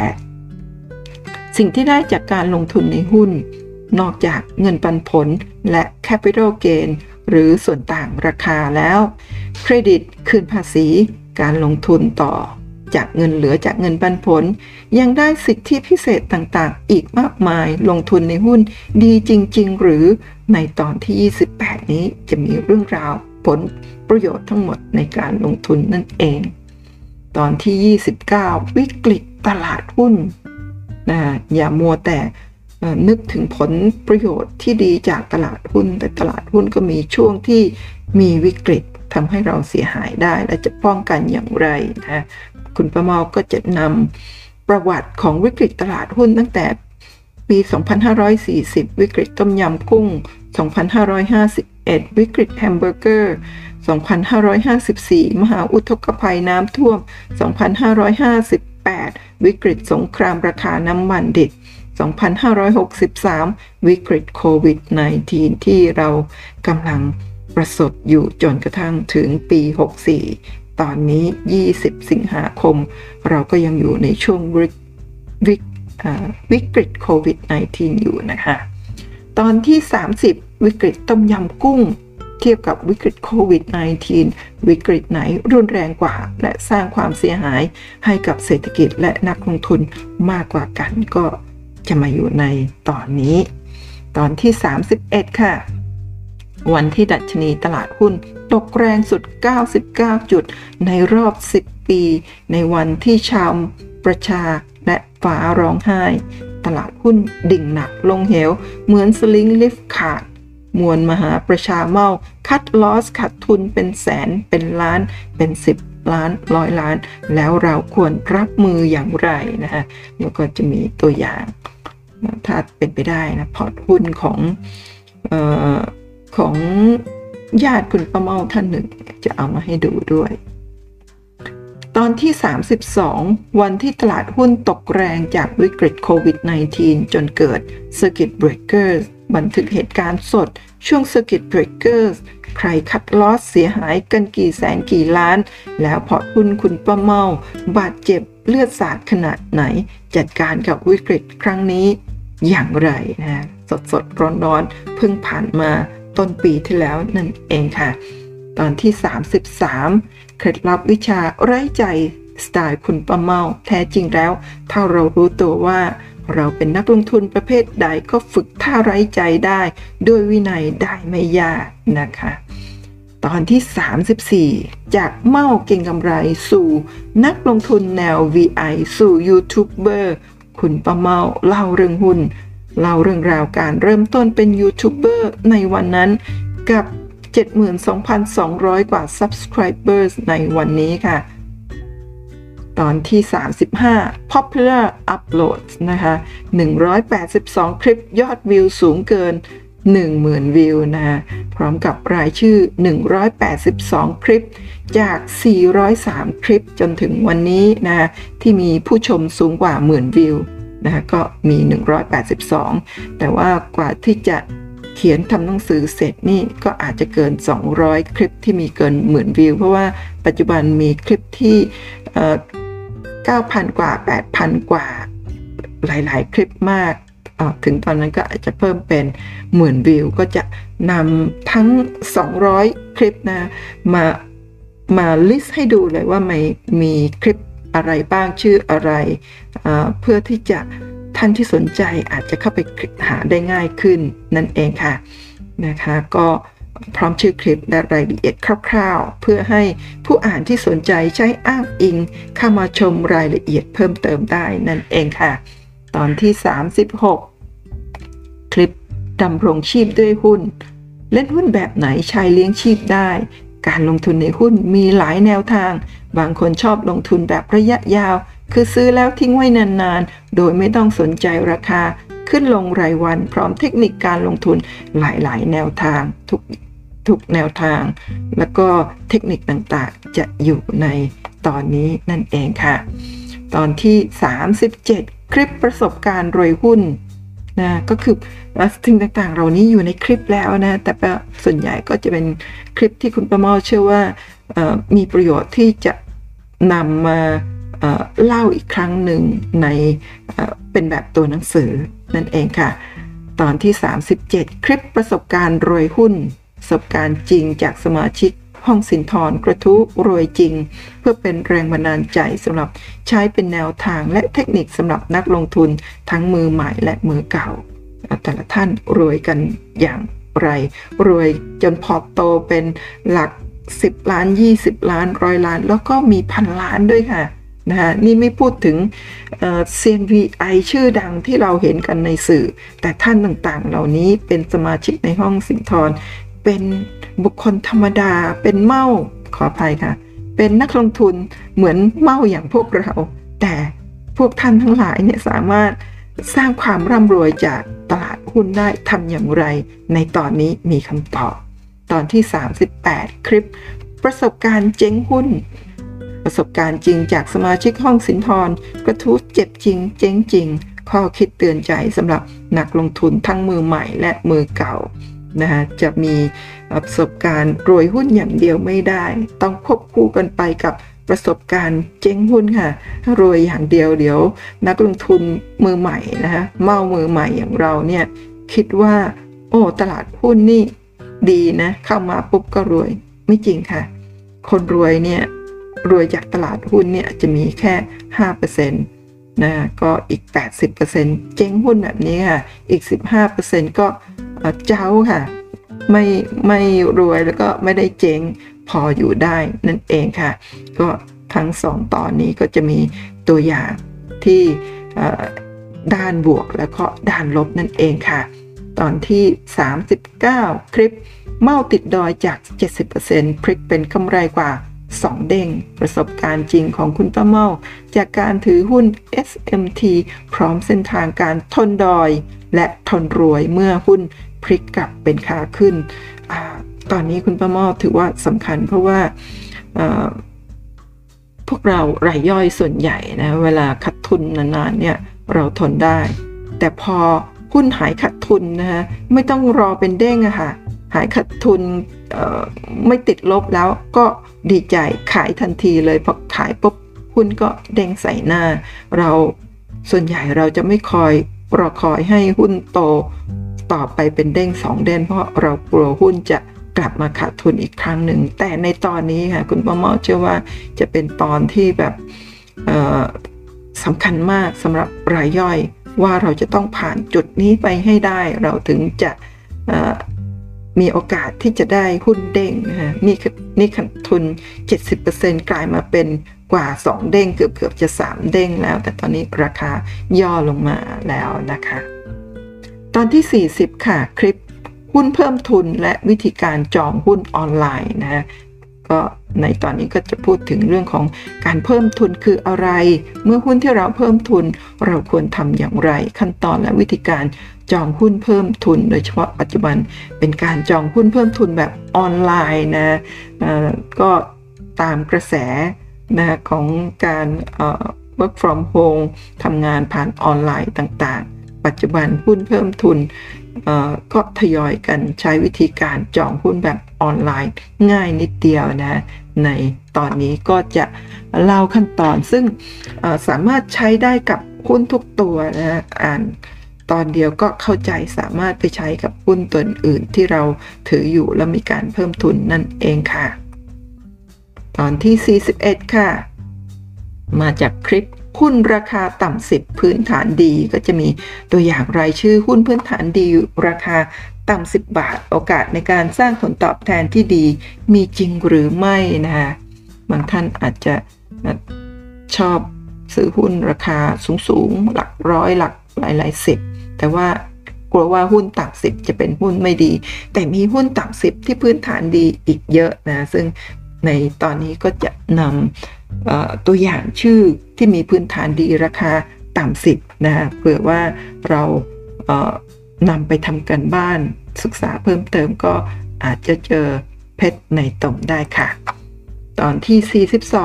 28สิ่งที่ได้จากการลงทุนในหุ้นนอกจากเงินปันผลและ Capital Gain หรือส่วนต่างราคาแล้วเครดิตคืนภาษีการลงทุนต่อจากเงินเหลือจากเงินปันผลยังได้สิทธิพิเศษต่างๆอีกมากมายลงทุนในหุ้นดีจริงๆหรือในตอนที่28นี้จะมีเรื่องราวผลประโยชน์ทั้งหมดในการลงทุนนั่นเองตอนที่29วิกฤตตลาดหุ้นอย่ามัวแต่นึกถึงผลประโยชน์ที่ดีจากตลาดหุ้นแต่ตลาดหุ้นก็มีช่วงที่มีวิกฤตทำให้เราเสียหายได้และจะป้องกันอย่างไรนะคุณประเมาก็จะนำประวัติของวิกฤตตลาดหุ้นตั้งแต่ปี 2540 วิกฤตต้มยำกุ้ง 2551 วิกฤตแฮมเบอร์เกอร์ 2554 มหาอุทกภัยน้ำท่วม 2558 วิกฤตสงครามราคาน้ำมันดิบ 2563 วิกฤตโควิด -19 ที่เรากำลังประสบอยู่จนกระทั่งถึงปี 64 ตอนนี้ 20 สิงหาคมเราก็ยังอยู่ในช่วงวิกฤตโควิด -19 อยู่นะคะตอนที่30วิกฤตต้มยำกุ้งเทียบกับวิกฤตโควิด -19 วิกฤตไหนรุนแรงกว่าและสร้างความเสียหายให้กับเศรษฐกิจและนักลงทุนมากกว่ากันก็จะมาอยู่ในตอนนี้ตอนที่31ค่ะวันที่ดัชนีตลาดหุ้นตกแรงสุด99จุดในรอบ10ปีในวันที่ชาวประชาและฟ้าร้องไห้ตลาดหุ้นดิ่งหนักลงเหวเหมือนสลิงลิฟต์ขาดมวลมหาประชาเมาคัดลอสขาดทุนเป็นแสนเป็นล้านเป็น10ล้าน100ล้านแล้วเราควรรับมืออย่างไรนะคะแล้วก็จะมีตัวอย่างถ้าเป็นไปได้นะพอร์ตหุ้นของญาติคุณป้าเมาท่านหนึ่งจะเอามาให้ดูด้วยตอนที่32วันที่ตลาดหุ้นตกแรงจากวิกฤตโควิด -19 จนเกิด Circuit Breakers บันทึกเหตุการณ์สดช่วง Circuit Breakers ใครคัดลอสเสียหายกันกี่แสนกี่ล้านแล้วพอร์ตหุ้นคุณป้าเมาบาดเจ็บเลือดสาดขนาดไหนจัดการกับวิกฤตครั้งนี้อย่างไรนะสดร้อนๆเพิ่งผ่านมาต้นปีที่แล้วนั่นเองค่ะตอนที่33เคล็ดลับวิชาไร้ใจสไตล์คุณป้าเมาแท้จริงแล้วถ้าเรารู้ตัวว่าเราเป็นนักลงทุนประเภทใดก็ฝึกท่าไร้ใจได้ด้วยวินัยได้ไม่ยากนะคะตอนที่34จากเมาเก่งกำไรสู่นักลงทุนแนว VI สู่ยูทูบเบอร์คุณป้าเมาเล่าเรื่องหุ้นเล่าเรื่องราวการเริ่มต้นเป็นยูทูบเบอร์ในวันนั้นกับ 72,200 กว่า Subscribers ในวันนี้ค่ะตอนที่35 Popular Uploads นะคะ182คลิปยอดวิวสูงเกิน 10,000 วิวนะคะพร้อมกับรายชื่อ182คลิปจาก403คลิปจนถึงวันนี้นะที่มีผู้ชมสูงกว่า 10,000 วิวนะคะก็มี182แต่ว่ากว่าที่จะเขียนทำหนังสือเสร็จนี่ก็อาจจะเกิน200คลิปที่มีเกิน 10,000 วิวเพราะว่าปัจจุบันมีคลิปที่9,000 กว่า 8,000 กว่าหลายๆคลิปมากถึงตอนนั้นก็อาจจะเพิ่มเป็น 10,000 วิวก็จะนำทั้ง200คลิปนะมาลิสต์ให้ดูเลยว่ามีคลิปอะไรบ้างชื่ออะไรเพื่อที่จะท่านที่สนใจอาจจะเข้าไปหาได้ง่ายขึ้นนั่นเองค่ะนะคะก็พร้อมชื่อคลิปและรายละเอียดคร่าวๆเพื่อให้ผู้อ่านที่สนใจใช้อ้างอิงเข้ามาชมรายละเอียดเพิ่มเติมได้นั่นเองค่ะตอนที่36คลิปดำรงชีพด้วยหุ้นเล่นหุ้นแบบไหนใช้เลี้ยงชีพได้การลงทุนในหุ้นมีหลายแนวทางบางคนชอบลงทุนแบบระยะยาวคือซื้อแล้วทิ้งไว้นานๆโดยไม่ต้องสนใจราคาขึ้นลงรายวันพร้อมเทคนิคการลงทุนหลายๆแนวทางทุกแนวทางแล้วก็เทคนิคต่างๆจะอยู่ในตอนนี้นั่นเองค่ะตอนที่37คลิปประสบการณ์รวยหุ้นนะก็คือสิ่งต่างๆเหล่านี้อยู่ในคลิปแล้วนะแต่ส่วนใหญ่ก็จะเป็นคลิปที่คุณประเมาเชื่อว่ามีประโยชน์ที่จะนำมาเล่าอีกครั้งหนึ่งในเป็นแบบตัวหนังสือนั่นเองค่ะตอนที่37คลิปประสบการณ์รวยหุ้นประสบการณ์จริงจากสมาชิกห้องสินทรกระทู้รวยจริงเพื่อเป็นแรงบันดาลใจสำหรับใช้เป็นแนวทางและเทคนิคสำหรับนักลงทุนทั้งมือใหม่และมือเก่าแต่ละท่านรวยกันอย่างไรรวยจนพอร์ตโตเป็นหลัก10ล้าน20ล้าน100ล้านแล้วก็มีพันล้านด้วยค่ะนะนี่ไม่พูดถึงCNVI ชื่อดังที่เราเห็นกันในสื่อแต่ท่านต่างๆเหล่านี้เป็นสมาชิกในห้องสินทรเป็นบุคคลธรรมดาเป็นเม่าขออภัยค่ะเป็นนักลงทุนเหมือนเม่าอย่างพวกเราแต่พวกท่านทั้งหลายเนี่ยสามารถสร้างความร่ำรวยจากตลาดหุ้นได้ทำอย่างไรในตอนนี้มีคำตอบตอนที่38คลิปประสบการณ์เจ๊งหุ้นประสบการณ์จริงจากสมาชิกห้องสินทรกระทู้เจ็บจริงเจ๊งจริงข้อคิดเตือนใจสำหรับนักลงทุนทั้งมือใหม่และมือเก่านะคะจะมีประสบการณ์รวยหุ้นอย่างเดียวไม่ได้ต้องควบคู่กันไปกับประสบการณ์เจ๊งหุ้นค่ะถ้ารวยอย่างเดียวเดี๋ยวนักลงทุนมือใหม่นะคะเมามือใหม่อย่างเราเนี่ยคิดว่าโอ้ตลาดหุ้นนี่ดีนะเข้ามาปุ๊บก็รวยไม่จริงค่ะคนรวยเนี่ยรวยจากตลาดหุ้นเนี่ยจะมีแค่ 5%นะก็อีก 80% เจ๊งหุ้นแบบนี้ค่ะอีก 15% ก็เจ้าค่ะไม่รวยแล้วก็ไม่ได้เจ๊งพออยู่ได้นั่นเองค่ะก็ทั้ง2ตอนนี้ก็จะมีตัวอย่างที่ด้านบวกแล้วก็ด้านลบนั่นเองค่ะตอนที่39คลิปเมาติดดอยจาก 70% พลิกเป็นกำไรกว่า2 เด้งประสบการณ์จริงของคุณป้าเมาจากการถือหุ้น SMT พร้อมเส้นทางการทนดอยและทนรวยเมื่อหุ้นพลิกกลับเป็นขาขึ้นตอนนี้คุณป้าเมาถือว่าสำคัญเพราะว่าพวกเรารายย่อยส่วนใหญ่นะเวลาขาดทุนนานๆเนี่ยเราทนได้แต่พอหุ้นหายขาดทุนนะฮะไม่ต้องรอเป็นเด้งอะค่ะหายขาดทุนไม่ติดลบแล้วก็ดีใจขายทันทีเลยพอขายปุ๊บหุ้นก็เด้งใส่หน้าเราส่วนใหญ่เราจะไม่รอคอยให้หุ้นโตต่อไปเป็นเด้ง2 เด้งเพราะเรากลัวหุ้นจะกลับมาขาดทุนอีกครั้งหนึ่งแต่ในตอนนี้ค่ะคุณป้าเมาเชื่อว่าจะเป็นตอนที่แบบสำคัญมากสำหรับรายย่อยว่าเราจะต้องผ่านจุดนี้ไปให้ได้เราถึงจะมีโอกาสที่จะได้หุ้นเด้งนะนี่ขาดทุน 70% กลายมาเป็นกว่า2 เด้งเกือบจะ3 เด้งแล้วแต่ตอนนี้ราคาย่อลงมาแล้วนะคะตอนที่40ค่ะคลิปหุ้นเพิ่มทุนและวิธีการจองหุ้นออนไลน์นะก็ในตอนนี้ก็จะพูดถึงเรื่องของการเพิ่มทุนคืออะไรเมื่อหุ้นที่เราเพิ่มทุนเราควรทำอย่างไรขั้นตอนและวิธีการจองหุ้นเพิ่มทุนโดยเฉพาะปัจจุบันเป็นการจองหุ้นเพิ่มทุนแบบออนไลน์นะก็ตามกระแสนะของการwork from home ทำงานผ่านออนไลน์ต่างๆปัจจุบันหุ้นเพิ่มทุนก็ทยอยกันใช้วิธีการจองหุ้นแบบออนไลน์ง่ายนิดเดียวนะในตอนนี้ก็จะเล่าขั้นตอนซึ่งสามารถใช้ได้กับหุ้นทุกตัวนะอ่านตอนเดียวก็เข้าใจสามารถไปใช้กับหุ้นตัวอื่นที่เราถืออยู่แล้วมีการเพิ่มทุนนั่นเองค่ะตอนที่41ค่ะมาจากคลิปหุ้นราคาต่ำ10พื้นฐานดีก็จะมีตัวอย่างรายชื่อหุ้นพื้นฐานดีราคาต่ำ10 บาทโอกาสในการสร้างผลตอบแทนที่ดีมีจริงหรือไม่นะคะบางท่านอาจจะชอบซื้อหุ้นราคาสูงหลักร้อยหลักหลายสิบแต่ว่ากลัวว่าหุ้นต่ำ10จะเป็นหุ้นไม่ดีแต่มีหุ้นต่ำ10ที่พื้นฐานดีอีกเยอะนะซึ่งในตอนนี้ก็จะนำตัวอย่างชื่อที่มีพื้นฐานดีราคาต่ำ10นะเผื่อว่าเรานำไปทำกันบ้านศึกษาเพิ่มเติมก็อาจจะเจอเพชรในตุ่มได้ค่ะตอนที่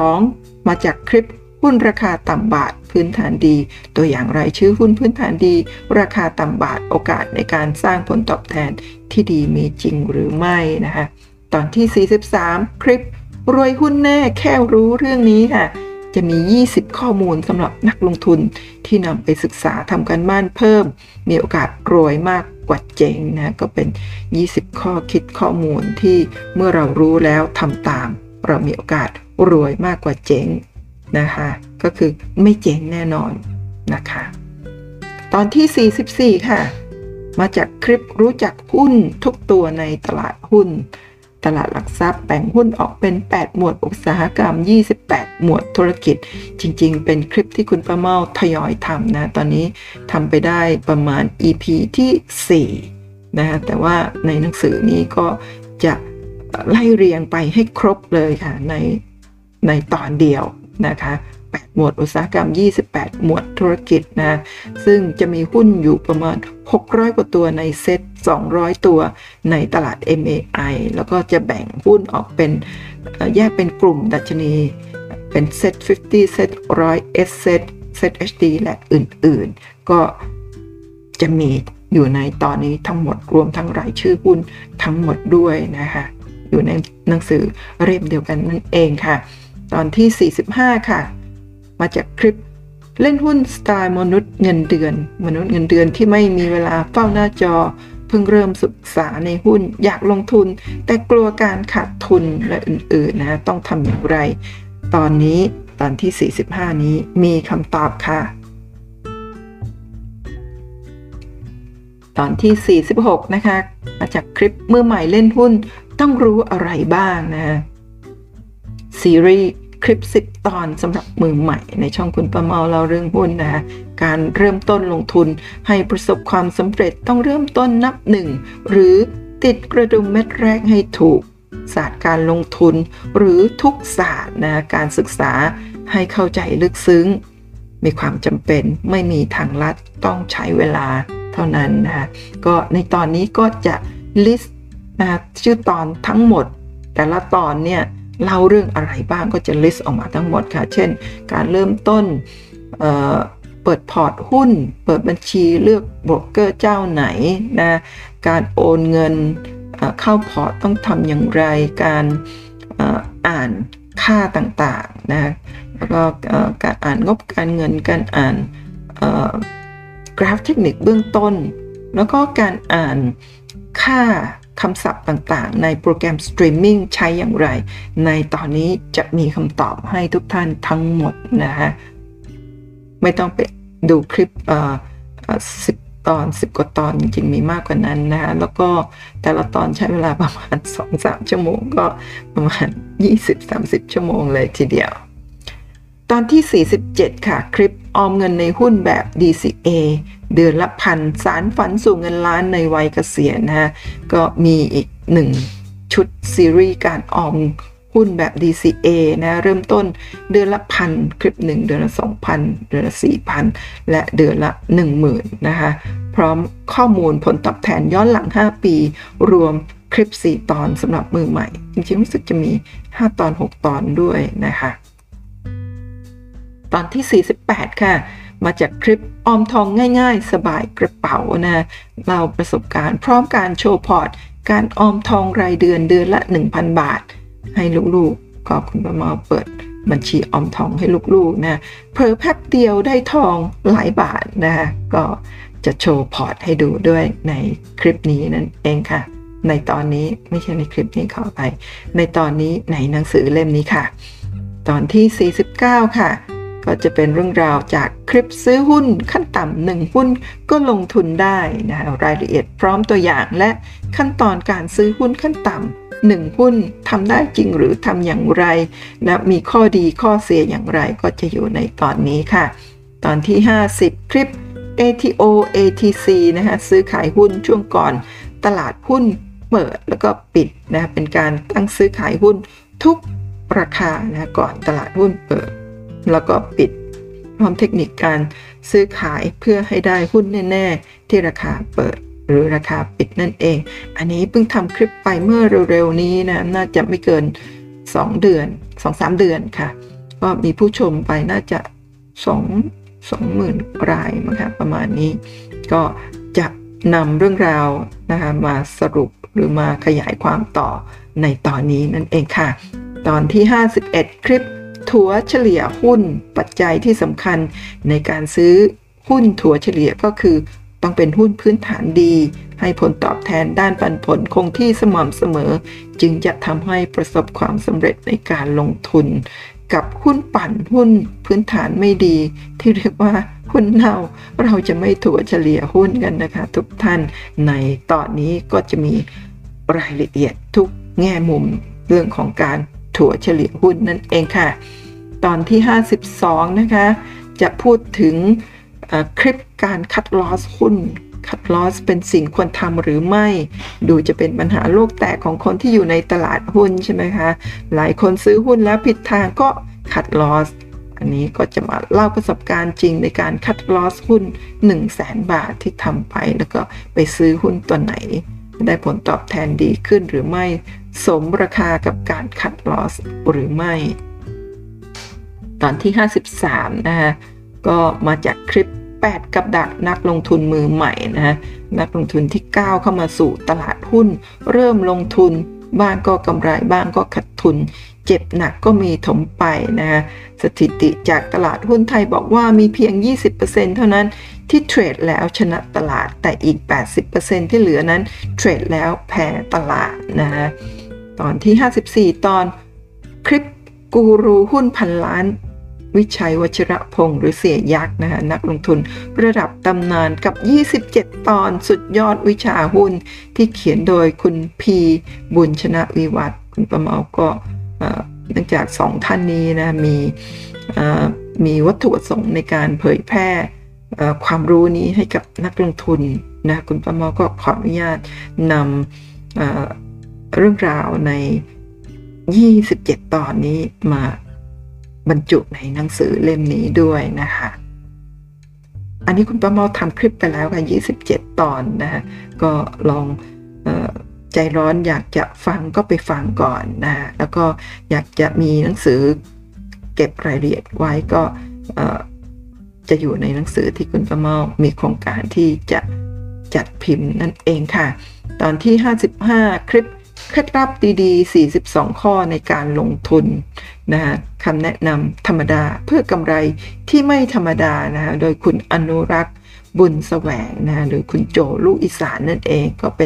42มาจากคลิปหุ้นราคาต่ำบาทพื้นฐานดีตัวอย่างรายชื่อหุ้นพื้นฐานดีราคาต่ำบาทโอกาสในการสร้างผลตอบแทนที่ดีมีจริงหรือไม่นะคะตอนที่43คลิปรวยหุ้นแน่แค่รู้เรื่องนี้ค่ะจะมี20ข้อมูลสำหรับนักลงทุนที่นำไปศึกษาทำการบ้านเพิ่มมีโอกาสรวยมากกว่าเจ๊งนะก็เป็น20ข้อคิดข้อมูลที่เมื่อเรารู้แล้วทำตามเรามีโอกาสรวยมากกว่าเจ๊งนะคะก็คือไม่เจ๊งแน่นอนนะคะตอนที่44ค่ะมาจากคลิปรู้จักหุ้นทุกตัวในตลาดหุ้นตลาดหลักทรัพย์แบ่งหุ้นออกเป็น8หมวดอุตสาหกรรม28หมวดธุรกิจจริงๆเป็นคลิปที่คุณป้าเมาทยอยทำนะตอนนี้ทำไปได้ประมาณ EP ที่4นะแต่ว่าในหนังสือนี้ก็จะไล่เรียงไปให้ครบเลยค่ะในตอนเดียวนะคะ8หมวดอุตสาหกรรม28หมวดธุรกิจนะซึ่งจะมีหุ้นอยู่ประมาณ600กว่าตัวในเซ็ต200ตัวในตลาด MAI แล้วก็จะแบ่งหุ้นออกเป็นแยกเป็นกลุ่มดัชนีเป็นเซ็ต50เซ็ต100 S เซ็ต HD และอื่นๆก็จะมีอยู่ในตอนนี้ทั้งหมดรวมทั้งรายชื่อหุ้นทั้งหมดด้วยนะคะอยู่ในหนังสือเล่มเดียวกันนั่นเองค่ะตอนที่45ค่ะมาจากคลิปเล่นหุ้นสไตล์มนุษย์เงินเดือนที่ไม่มีเวลาเฝ้าหน้าจอพิ่งเริ่มศึกษาในหุ้นอยากลงทุนแต่กลัวการขาดทุนและอื่นๆนะต้องทำอย่างไรตอนที่45นี้มีคำตอบค่ะตอนที่46นะคะมาจากคลิปมือใหม่เล่นหุ้นต้องรู้อะไรบ้างนะซีรีส์คลิป10 ตอนสำหรับมือใหม่ในช่องคุณป้าเมาเล่าเรื่องหุ้นนะการเริ่มต้นลงทุนให้ประสบความสำเร็จต้องเริ่มต้นนับหนึ่งหรือติดกระดุมเม็ดแรกให้ถูกศาสตร์การลงทุนหรือทุกศาสตร์นะการศึกษาให้เข้าใจลึกซึ้งมีความจำเป็นไม่มีทางลัดต้องใช้เวลาเท่านั้นนะก็ในตอนนี้ก็จะลิสต์นะชื่อตอนทั้งหมดแต่ละตอนเนี่ยเล่าเรื่องอะไรบ้างก็จะลิสต์ออกมาทั้งหมดค่ะเช่นการเริ่มต้นเปิดพอร์ตหุ้นเปิดบัญชีเลือกโบรกเกอร์เจ้าไหนนะการโอนเงินเข้าพอร์ตต้องทำอย่างไรการอ่านค่าต่างๆนะแล้วก็การอ่านงบการเงินการอ่านกราฟเทคนิคเบื้องต้นแล้วก็การอ่านค่าคำศัพท์ต่างๆในโปรแกรมสตรีมมิ่งใช้อย่างไรในตอนนี้จะมีคำตอบให้ทุกท่านทั้งหมดนะฮะไม่ต้องไปดูคลิป10 ตอน10 กว่าตอนจริงๆมีมากกว่านั้นนะฮะแล้วก็แต่ละตอนใช้เวลาประมาณ 2-3 ชั่วโมงก็ประมาณ 20-30 ชั่วโมงเลยทีเดียวตอนที่47ค่ะคลิปออมเงินในหุ้นแบบ DCA เดือนละพันสารฝันสู่เงินล้านในวัยเกษียณนะฮะก็มีอีก1ชุดซีรีส์การออมหุ้นแบบ DCA นะเริ่มต้นเดือนละพันคลิป1เดือนละ 2,000 เดือนละ 4,000 และเดือนละ 10,000 นะคะพร้อมข้อมูลผลตอบแทนย้อนหลัง5 ปีรวมคลิป4 ตอนสำหรับมือใหม่จริงๆรู้สึกจะมี5 ตอน 6 ตอนด้วยนะคะตอนที่48ค่ะมาจากคลิปออมทองง่ายๆสบายกระเป๋านะเล่าประสบการณ์พร้อมการโชว์พอร์ตการออมทองรายเดือนละ 1,000 บาทให้ลูกๆก็คุณป้าเมาเปิดบัญชีออมทองให้ลูกๆนะเผลอแป๊บเดียวได้ทองหลายบาทนะก็จะโชว์พอร์ตให้ดูด้วยในคลิปนี้นั่นเองค่ะในตอนนี้ไม่ใช่ในคลิปนี้ขอไปในตอนนี้ในหนังสือเล่มนี้ค่ะตอนที่49ค่ะก็จะเป็นเรื่องราวจากคลิปซื้อหุ้นขั้นต่ำ1 หุ้นก็ลงทุนได้นะรายละเอียดพร้อมตัวอย่างและขั้นตอนการซื้อหุ้นขั้นต่ำ1 หุ้นทำได้จริงหรือทำอย่างไรและมีข้อดีข้อเสียอย่างไรก็จะอยู่ในตอนนี้ค่ะตอนที่50คลิป ATO ATC นะคะซื้อขายหุ้นช่วงก่อนตลาดหุ้นเปิดแล้วก็ปิดนะเป็นการตั้งซื้อขายหุ้นทุกราคานะก่อนตลาดหุ้นเปิดแล้วก็ปิดพร้อมเทคนิคการซื้อขายเพื่อให้ได้หุ้นแน่ๆที่ราคาเปิดหรือราคาปิดนั่นเองอันนี้เพิ่งทำคลิปไปเมื่อเร็วๆนี้นะน่าจะไม่เกิน2 เดือน 2-3 เดือนค่ะก็มีผู้ชมไปน่าจะ20,000 รายมั้งค่ะประมาณนี้ก็จะนำเรื่องราวนะคะมาสรุปหรือมาขยายความต่อในตอนนี้นั่นเองค่ะตอนที่51คลิปถัวเฉลี่ยหุ้นปัจจัยที่สำคัญในการซื้อหุ้นถัวเฉลี่ยก็คือต้องเป็นหุ้นพื้นฐานดีให้ผลตอบแทนด้านปันผลคงที่สม่ำเสมอจึงจะทำให้ประสบความสำเร็จในการลงทุนกับหุ้นปั่นหุ้นพื้นฐานไม่ดีที่เรียกว่าหุ้นเน่าเราจะไม่ถัวเฉลี่ยหุ้นกันนะคะทุกท่านในตอนนี้ก็จะมีรายละเอียดทุกแง่มุมเรื่องของการถัวเฉลี่ยหุ้นนั่นเองค่ะตอนที่52นะคะจะพูดถึงคลิปการคัดลอสหุ้นคัดลอสเป็นสิ่งควรทำหรือไม่ดูจะเป็นปัญหาโลกแตกของคนที่อยู่ในตลาดหุ้นใช่ไหมคะหลายคนซื้อหุ้นแล้วผิดทางก็คัดลอสอันนี้ก็จะมาเล่าประสบการณ์จริงในการคัดลอสหุ้น 100,000 บาทที่ทำไปแล้วก็ไปซื้อหุ้นตัวไหนได้ผลตอบแทนดีขึ้นหรือไม่สมราคากับการคัดลอสหรือไม่ตอนที่53นะคะก็มาจากคลิป8กับดักนักลงทุนมือใหม่นะนักลงทุนที่ก้าวเข้ามาสู่ตลาดหุ้นเริ่มลงทุนบ้างก็กำไรบ้างก็ขาดทุนเจ็บหนักก็มีถมไปนะคะสถิติจากตลาดหุ้นไทยบอกว่ามีเพียง 20% เท่านั้นที่เทรดแล้วชนะตลาดแต่อีก 80% ที่เหลือนั้นเทรดแล้วแพ้ตลาดนะคะตอนที่ 54 ตอนคลิปกูรูหุ้นพันล้านวิชัยวชิระพงศ์หรือเสี่ยยักษ์นะคะนักลงทุนระดับตำนานกับ 27 ตอนสุดยอดวิชาหุ้นที่เขียนโดยคุณพีบุญชนะวิวัฒน์คุณประเมาก็เนื่องจาก2ท่านนี้นะมีวัตถุประสงค์ในการเผยแพร่ความรู้นี้ให้กับนักลงทุนนะคุณประเมาก็ขออนุญาตนำเรื่องราวใน27 ตอนนี้มาบรรจุในหนังสือเล่มนี้ด้วยนะคะอันนี้คุณประเมาทำคลิปไปแล้วค่ะ27 ตอนนะคะก็ลองใจร้อนอยากจะฟังก็ไปฟังก่อนนะแล้วก็อยากจะมีหนังสือเก็บรายละเอียดไว้ก็จะอยู่ในหนังสือที่คุณประเมามีโครงการที่จะจัดพิมพ์นั่นเองค่ะตอนที่55คลิปเคล็ดลับดีๆ42ข้อในการลงทุนนะคะคำแนะนำธรรมดาเพื่อกำไรที่ไม่ธรรมดานะคะโดยคุณอนุรักษ์บุญแสวงนะหรือคุณโจลูกอีสานนั่นเองก็เป็น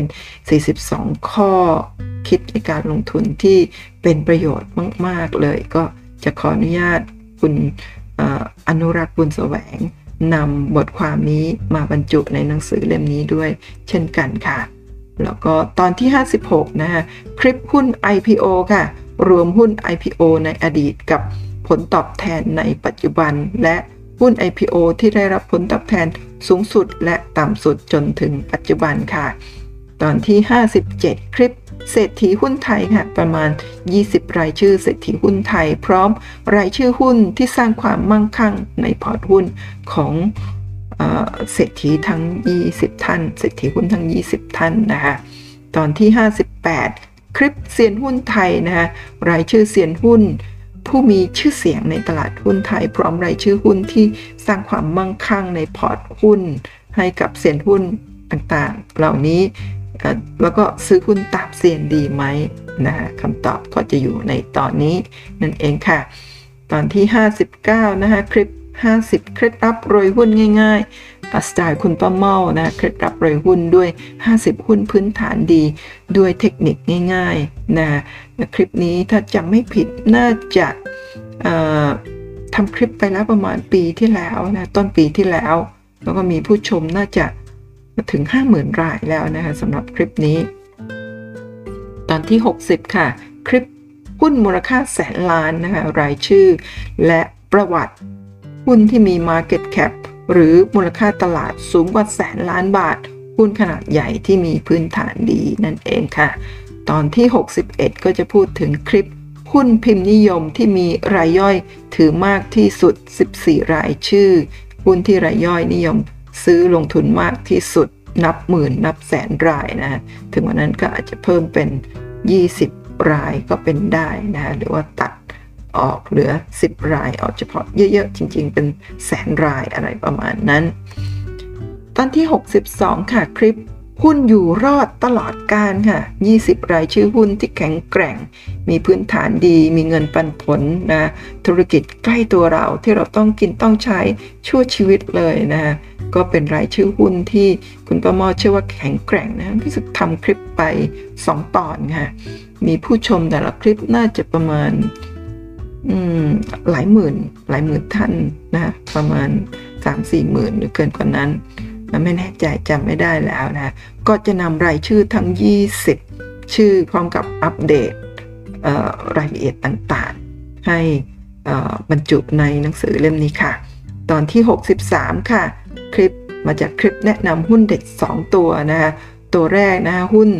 42ข้อคิดในการลงทุนที่เป็นประโยชน์มากๆเลยก็จะขออนุญาตคุณอนุรักษ์บุญแสวงนำบทความนี้มาบรรจุในหนังสือเล่มนี้ด้วยเช่นกันค่ะแล้วก็ตอนที่56นะคะคลิปหุ้น IPO ค่ะรวมหุ้น IPO ในอดีตกับผลตอบแทนในปัจจุบันและหุ้น IPO ที่ได้รับผลตอบแทนสูงสุดและต่ำสุดจนถึงปัจจุบันค่ะตอนที่57คลิปเศรษฐีหุ้นไทยค่ะประมาณ20รายชื่อเศรษฐีหุ้นไทยพร้อมรายชื่อหุ้นที่สร้างความมั่งคั่งในพอร์ตหุ้นของเศรษฐีทั้ง20ท่านเศรษฐีหุ้นทั้ง20ท่านนะคะตอนที่58คลิปเซียนหุ้นไทยนะคะรายชื่อเซียนหุ้นผู้มีชื่อเสียงในตลาดหุ้นไทยพร้อมรายชื่อหุ้นที่สร้างความมั่งคั่งในพอร์ตหุ้นให้กับเซียนหุ้นต่างๆเหล่านี้แล้วก็ซื้อหุ้นตามเซียนดีไหมนะคะคำตอบก็จะอยู่ในตอนนี้นั่นเองค่ะตอนที่59นะคะคลิป50เคล็ดลับรวยหุ้นง่ายๆสไตล์คุณป้าเมานะเคล็ดลับรวยหุ้นด้วย50หุ้นพื้นฐานดีด้วยเทคนิคง่ายๆนะคลิปนี้ถ้าจำไม่ผิดน่าจะทำคลิปไปแล้วประมาณปีที่แล้วนะต้นปีที่แล้วแล้วก็มีผู้ชมน่าจะถึง 50,000 รายแล้วนะคะสำหรับคลิปนี้ตอนที่60ค่ะคลิปหุ้นมูลค่าแสนล้านนะคะรายชื่อและประวัติหุ้นที่มี Market Cap หรือมูลค่าตลาดสูงกว่าแสนล้านบาทหุ้นขนาดใหญ่ที่มีพื้นฐานดีนั่นเองค่ะตอนที่61ก็จะพูดถึงคลิปหุ้นพิมพ์นิยมที่มีรายย่อยถือมากที่สุด14รายชื่อหุ้นที่รายย่อยนิยมซื้อลงทุนมากที่สุดนับหมื่นนับแสนรายนะถึงวันนั้นก็อาจจะเพิ่มเป็น20รายก็เป็นได้นะหรือว่าตัดออกเหลือ10รายเอาเฉพาะเยอะๆจริงๆเป็นแสนรายอะไรประมาณนั้นตอนที่62ค่ะคลิปหุ้นอยู่รอดตลอดกาลค่ะ20รายชื่อหุ้นที่แข็งแกร่งมีพื้นฐานดีมีเงินปันผลนะธุรกิจใกล้ตัวเราที่เราต้องกินต้องใช้ชั่วชีวิตเลยนะก็เป็นรายชื่อหุ้นที่คุณประเมาเชื่อว่าแข็งแกร่งนะพี่สุดทำคลิปไป2ตอนค่ะมีผู้ชมแต่ละคลิปน่าจะประมาณหลายหมื่นท่านนะประมาณ 3-4 หมื่นหรือเกินกว่านั้นไม่แน่ใจจำไม่ได้แล้วนะก็จะนำรายชื่อทั้ง20ชื่อพร้อมกับอัปเดตรายละเอียดต่างๆให้บรรจุในหนังสือเล่มนี้ค่ะตอนที่63ค่ะคลิปมาจากคลิปแนะนำหุ้นเด็ด2ตัวนะคะตัวแรกนะหุ้น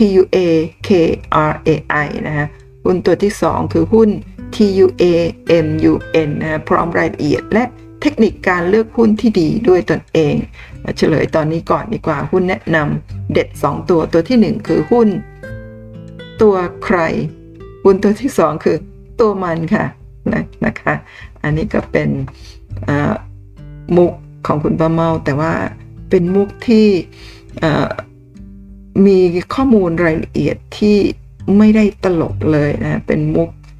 TUAKRAI นะคะหุ้นตัวที่2คือหุ้น TUAMUN นะพร้อมรายละเอียดและเทคนิคการเลือกหุ้นที่ดีด้วยตนเองเฉลยตอนนี้ก่อนดีกว่าหุ้นแนะนำเด็ด2ตัวตัวที่1คือหุ้นตัวใครหุ้นตัวที่2คือตัวมันค่ะนะคะอันนี้ก็เป็นมุกของคุณป้าเมาแต่ว่าเป็นมุกที่มีข้อมูลรายละเอียดที่ไม่ได้ตลกเลยนะเป็นมุก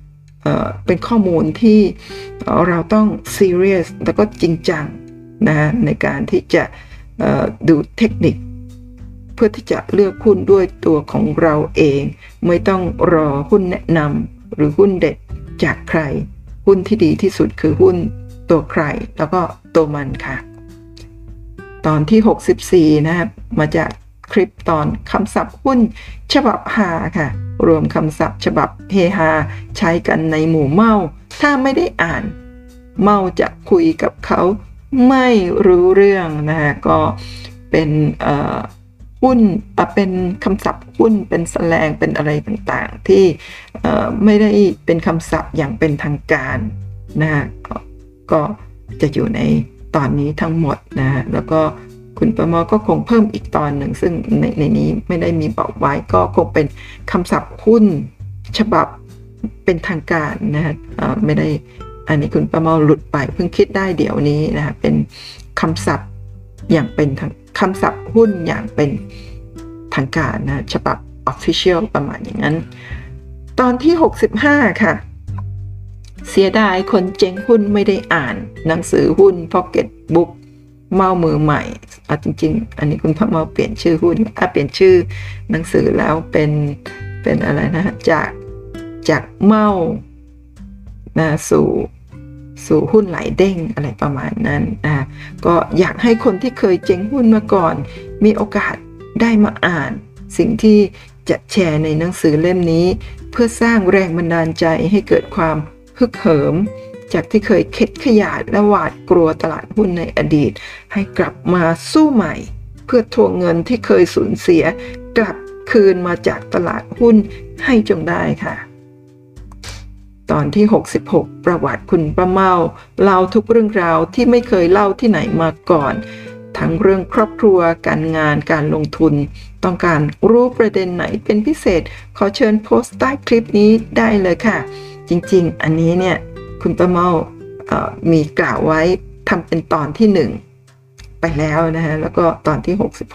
เป็นข้อมูลที่เราต้อง serious แล้วก็จริงจังนะในการที่จะดูเทคนิคเพื่อที่จะเลือกหุ้นด้วยตัวของเราเองไม่ต้องรอหุ้นแนะนำหรือหุ้นเด็ดจากใครหุ้นที่ดีที่สุดคือหุ้นตัวใครแล้วก็ตัวมันค่ะตอนที่64นะครับมาจากคลิปตอนคำศัพท์หุ้นฉบับฮาค่ะรวมคำศัพท์ฉบับเฮฮาใช้กันในหมู่เมาถ้าไม่ได้อ่านเมาจะคุยกับเขาไม่รู้เรื่องนะฮะก็เป็นหุ้นเป็นคำศัพท์หุ้นเป็นแสแลงเป็นอะไรต่างๆที่ไม่ได้เป็นคำศัพท์อย่างเป็นทางการนะฮะก็จะอยู่ในตอนนี้ทั้งหมดนะฮะแล้วก็คุณประมอก็คงเพิ่มอีกตอนหนึ่งซึ่งในนี้ไม่ได้มีบอกไว้ก็คงเป็นคำศัพท์หุ้นฉบับเป็นทางการนะฮะไม่ได้อันนี้คุณประมอหลุดไปเพิ่งคิดได้เดี๋ยวนี้นะฮะเป็นคำศัพท์อย่างเป็นคำศัพท์หุ้นอย่างเป็นทางการนะฉบับ official ประมาณอย่างนั้นตอนที่65ค่ะเสียดายคนเจ๊งหุ้นไม่ได้อ่านหนังสือหุ้น Pocket Book เมามือใหม่จริงๆอันนี้คุณพ่อเมาเปลี่ยนชื่อหุ้นเปลี่ยนชื่อหนังสือแล้วเป็นอะไรนะจากเมานะสู่หุ้นไหลเด้งอะไรประมาณนั้นนะก็อยากให้คนที่เคยเจ๊งหุ้นมาก่อนมีโอกาสได้มาอ่านสิ่งที่จะแชร์ในหนังสือเล่มนี้เพื่อสร้างแรงบันดาลใจให้เกิดความฮึกเหิมจากที่เคยเข็ดขยาดและหวาดกลัวตลาดหุ้นในอดีตให้กลับมาสู้ใหม่เพื่อทวงเงินที่เคยสูญเสียกลับคืนมาจากตลาดหุ้นให้จงได้ค่ะตอนที่66ประวัติคุณป้าเมาเล่าทุกเรื่องราวที่ไม่เคยเล่าที่ไหนมาก่อนทั้งเรื่องครอบครัวการงานการลงทุนต้องการรู้ประเด็นไหนเป็นพิเศษขอเชิญโพสต์ใต้คลิปนี้ได้เลยค่ะจริงๆอันนี้เนี่ยคุณป้าเมามีกล่าวไว้ทำเป็นตอนที่1ไปแล้วนะฮะแล้วก็ตอนที่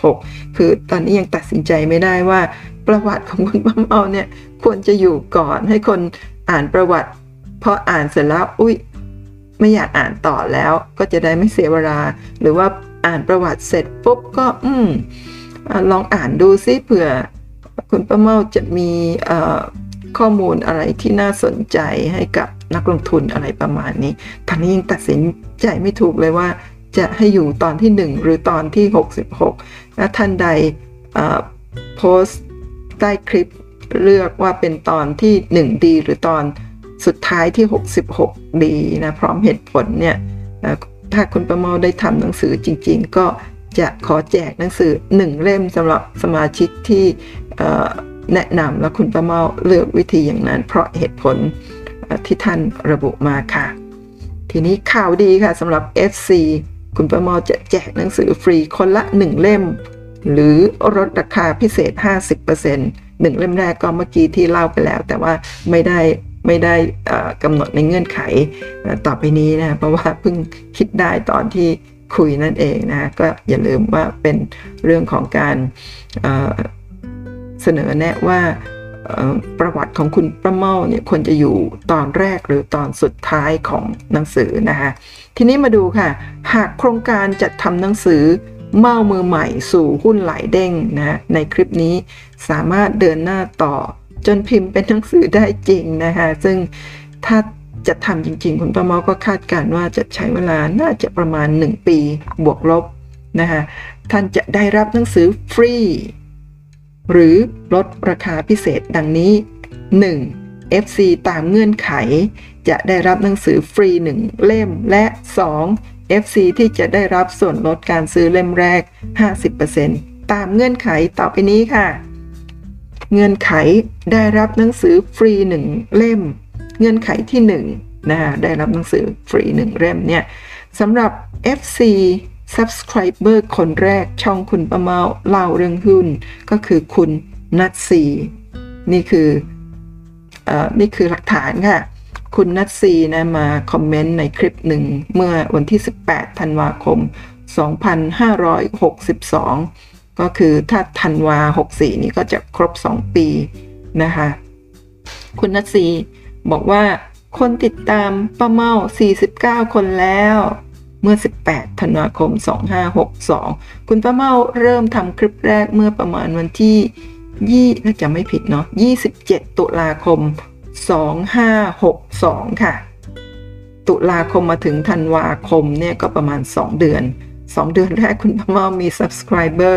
66คือตอนนี้ยังตัดสินใจไม่ได้ว่าประวัติของคุณป้าเมาเนี่ยควรจะอยู่ก่อนให้คนอ่านประวัติพออ่านเสร็จแล้วไม่อยากอ่านต่อแล้วก็จะได้ไม่เสียเวลาหรือว่าอ่านประวัติเสร็จปุ๊บก็ลองอ่านดูซิเผื่อคุณป้าเมาจะมีข้อมูลอะไรที่น่าสนใจให้กับนักลงทุนอะไรประมาณนี้ตอนนี้ยังตัดสินใจไม่ถูกเลยว่าจะให้อยู่ตอนที่1หรือตอนที่66และท่านใดโพสต์ใต้คลิปเลือกว่าเป็นตอนที่1ดีหรือตอนสุดท้ายที่66ดีนะพร้อมเหตุผลเนี่ยถ้าคุณประเมาได้ทำหนังสือจริงๆก็จะขอแจกหนังสือ1เล่มสำหรับสมาชิกที่แนะนำแล้วคุณประเมาเลือกวิธีอย่างนั้นเพราะเหตุผลที่ท่านระบุมาค่ะทีนี้ข่าวดีค่ะสำหรับ FC คุณประเมาจะแจกหนังสือฟรีคนละ1เล่มหรือลดราคาพิเศษ 50% 1เล่มแรกก็เมื่อกี้ที่เล่าไปแล้วแต่ว่าไม่ได้กำหนดในเงื่อนไขต่อไปนี้นะเพราะว่าเพิ่งคิดได้ตอนที่คุยนั่นเองนะก็อย่าลืมว่าเป็นเรื่องของการเสนอแนะว่าประวัติของคุณประเมาเนี่ยควรจะอยู่ตอนแรกหรือตอนสุดท้ายของหนังสือนะคะทีนี้มาดูค่ะหากโครงการจัดทำหนังสือเมามือใหม่สู่หุ้นไหลเด้งนะในคลิปนี้สามารถเดินหน้าต่อจนพิมพ์เป็นหนังสือได้จริงนะคะซึ่งถ้าจะทำจริงๆคุณประเมาก็คาดการณ์ว่าจะใช้เวลาน่าจะประมาณ1ปีบวกลบนะคะท่านจะได้รับหนังสือฟรีหรือลดราคาพิเศษดังนี้ 1. FC ตามเงื่อนไขจะได้รับหนังสือฟรี1เล่มและ 2. FC ที่จะได้รับส่วนลดการซื้อเล่มแรก 50% ตามเงื่อนไขต่อไปนี้ค่ะเงื่อนไขได้รับหนังสือฟรี1เล่มเงื่อนไขที่1นะคะได้รับหนังสือฟรี1เล่มเนี่ยสำหรับ FC Subscriber คนแรกช่องคุณประเมาเล่าเรื่องหุ้นก็คือคุณนัทซีนี่คือหลักฐานค่ะคุณนัทซีนะมาคอมเมนต์ในคลิปหนึ่งเมื่อวันที่18ธันวาคม2562ก็คือถ้าธันวา64นี่ก็จะครบ2ปีนะคะคุณนัทซีบอกว่าคนติดตามป้าเมา49 คนแล้วเมื่อ18 ธันวาคม 2562คุณป้าเมาเริ่มทำคลิปแรกเมื่อประมาณวันที่ถ้าจำไม่ผิดเนาะ27 ตุลาคม 2562ค่ะตุลาคมมาถึงธันวาคมเนี่ยก็ประมาณ2 เดือนแรกคุณป้าเมามี subscriber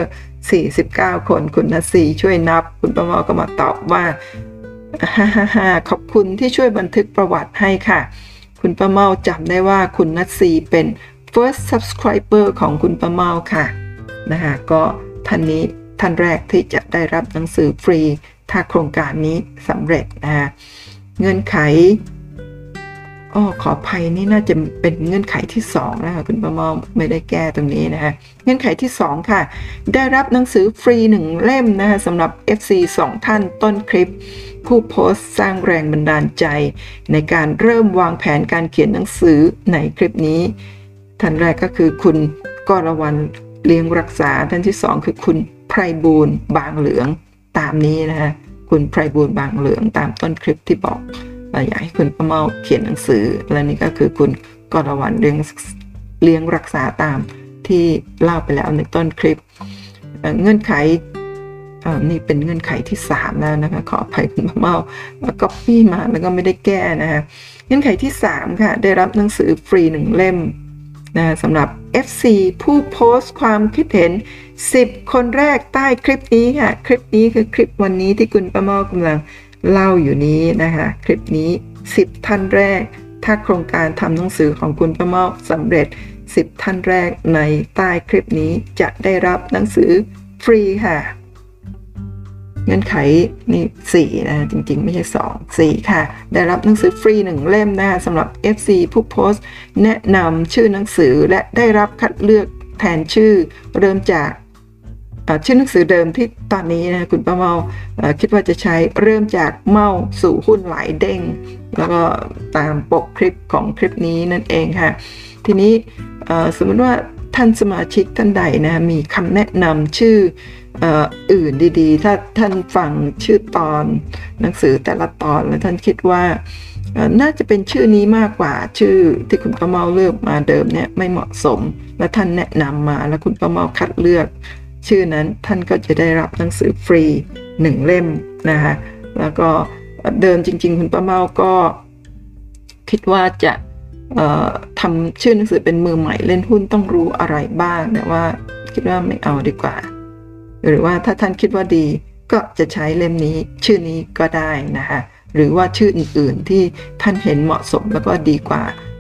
49 คนคุณนัทซีช่วยนับคุณป้าเมาก็มาตอบว่าขอบคุณที่ช่วยบันทึกประวัติให้ค่ะคุณป้าเมาจำได้ว่าคุณนัทซีเป็น first subscriber ของคุณป้าเมาค่ะนะคะก็ท่านแรกที่จะได้รับหนังสือฟรีถ้าโครงการนี้สำเร็จนะคะเงื่อนไขขออภัยนี่น่าจะเป็นเงื่อนไขที่2นะคะคุณป้าเมาไม่ได้แก้ตรงนี้นะคะเงื่อนไขที่2ค่ะได้รับหนังสือฟรี1 เล่มนะคะสำหรับ FC 2 ท่านต้นคลิปผู้โพสต์สร้างแรงบันดาลใจในการเริ่มวางแผนการเขียนหนังสือในคลิปนี้ท่านแรกก็คือคุณกรวรรณเลี้ยงรักษาท่านที่2คือคุณไพบูลย์บางเหลืองตามนี้นะคะคุณไพบูลย์บางเหลืองตามต้นคลิปที่บอกอยากให้คุณป้าเมาเขียนหนังสือและนี่ก็คือคุณกรวรรณเลี้ยงรักษาตามที่เล่าไปแล้วในต้นคลิปเงื่อนไขนี่เป็นเงื่อนไขที่3แล้วนะคะขออภัยคุณป้าเมาก๊อปปี้มาแล้วก็ไม่ได้แก้นะคะเงื่อนไขที่3ค่ะได้รับหนังสือฟรี1 เล่มนะสำหรับ FC ผู้โพสต์ความคิดเห็น10 คนแรกใต้คลิปนี้ค่ะคลิปนี้คือคลิปวันนี้ที่คุณป้าเมากำลังเล่าอยู่นี้นะคะคลิปนี้10 ท่านแรกถ้าโครงการทำหนังสือของคุณป้าเมาสำเร็จ10 ท่านแรกในใต้คลิปนี้จะได้รับหนังสือฟรีค่ะเงื่อนไขนี่4นะจริงๆไม่ใช่4ค่ะได้รับหนังสือฟรี1 เล่มนะคะสำหรับ FC ผู้โพสต์แนะนำชื่อหนังสือและได้รับคัดเลือกแทนชื่อเริ่มจากชื่อหนังสือเดิมที่ตอนนี้นะคุณป้าเมาคิดว่าจะใช้เริ่มจากเมาสู่หุ้นหลายเด้งแล้วก็ตามปกคลิปของคลิปนี้นั่นเองค่ะทีนี้สมมติว่าท่านสมาชิกท่านใดนะมีคำแนะนำชื่ออื่นดีๆถ้าท่านฟังชื่อตอนหนังสือแต่ละตอนแล้วท่านคิดว่าน่าจะเป็นชื่อนี้มากกว่าชื่อที่คุณป้าเมาเลือกมาเดิมเนี่ยไม่เหมาะสมและท่านแนะนำมาแล้วคุณป้าเมาคัดเลือกชื่อนั้นท่านก็จะได้รับหนังสือฟรี1 เล่มนะคะแล้วก็เดิมจริงๆคุณป้าเมาก็คิดว่าจะทำชื่อหนังสือเป็นมือใหม่เล่นหุ้นต้องรู้อะไรบ้างแต่ว่าคิดว่าไม่เอาดีกว่าหรือว่าถ้าท่านคิดว่าดีก็จะใช้เล่มนี้ชื่อนี้ก็ได้นะคะหรือว่าชื่ออื่นๆที่ท่านเห็นเหมาะสมแล้วก็ดีกว่า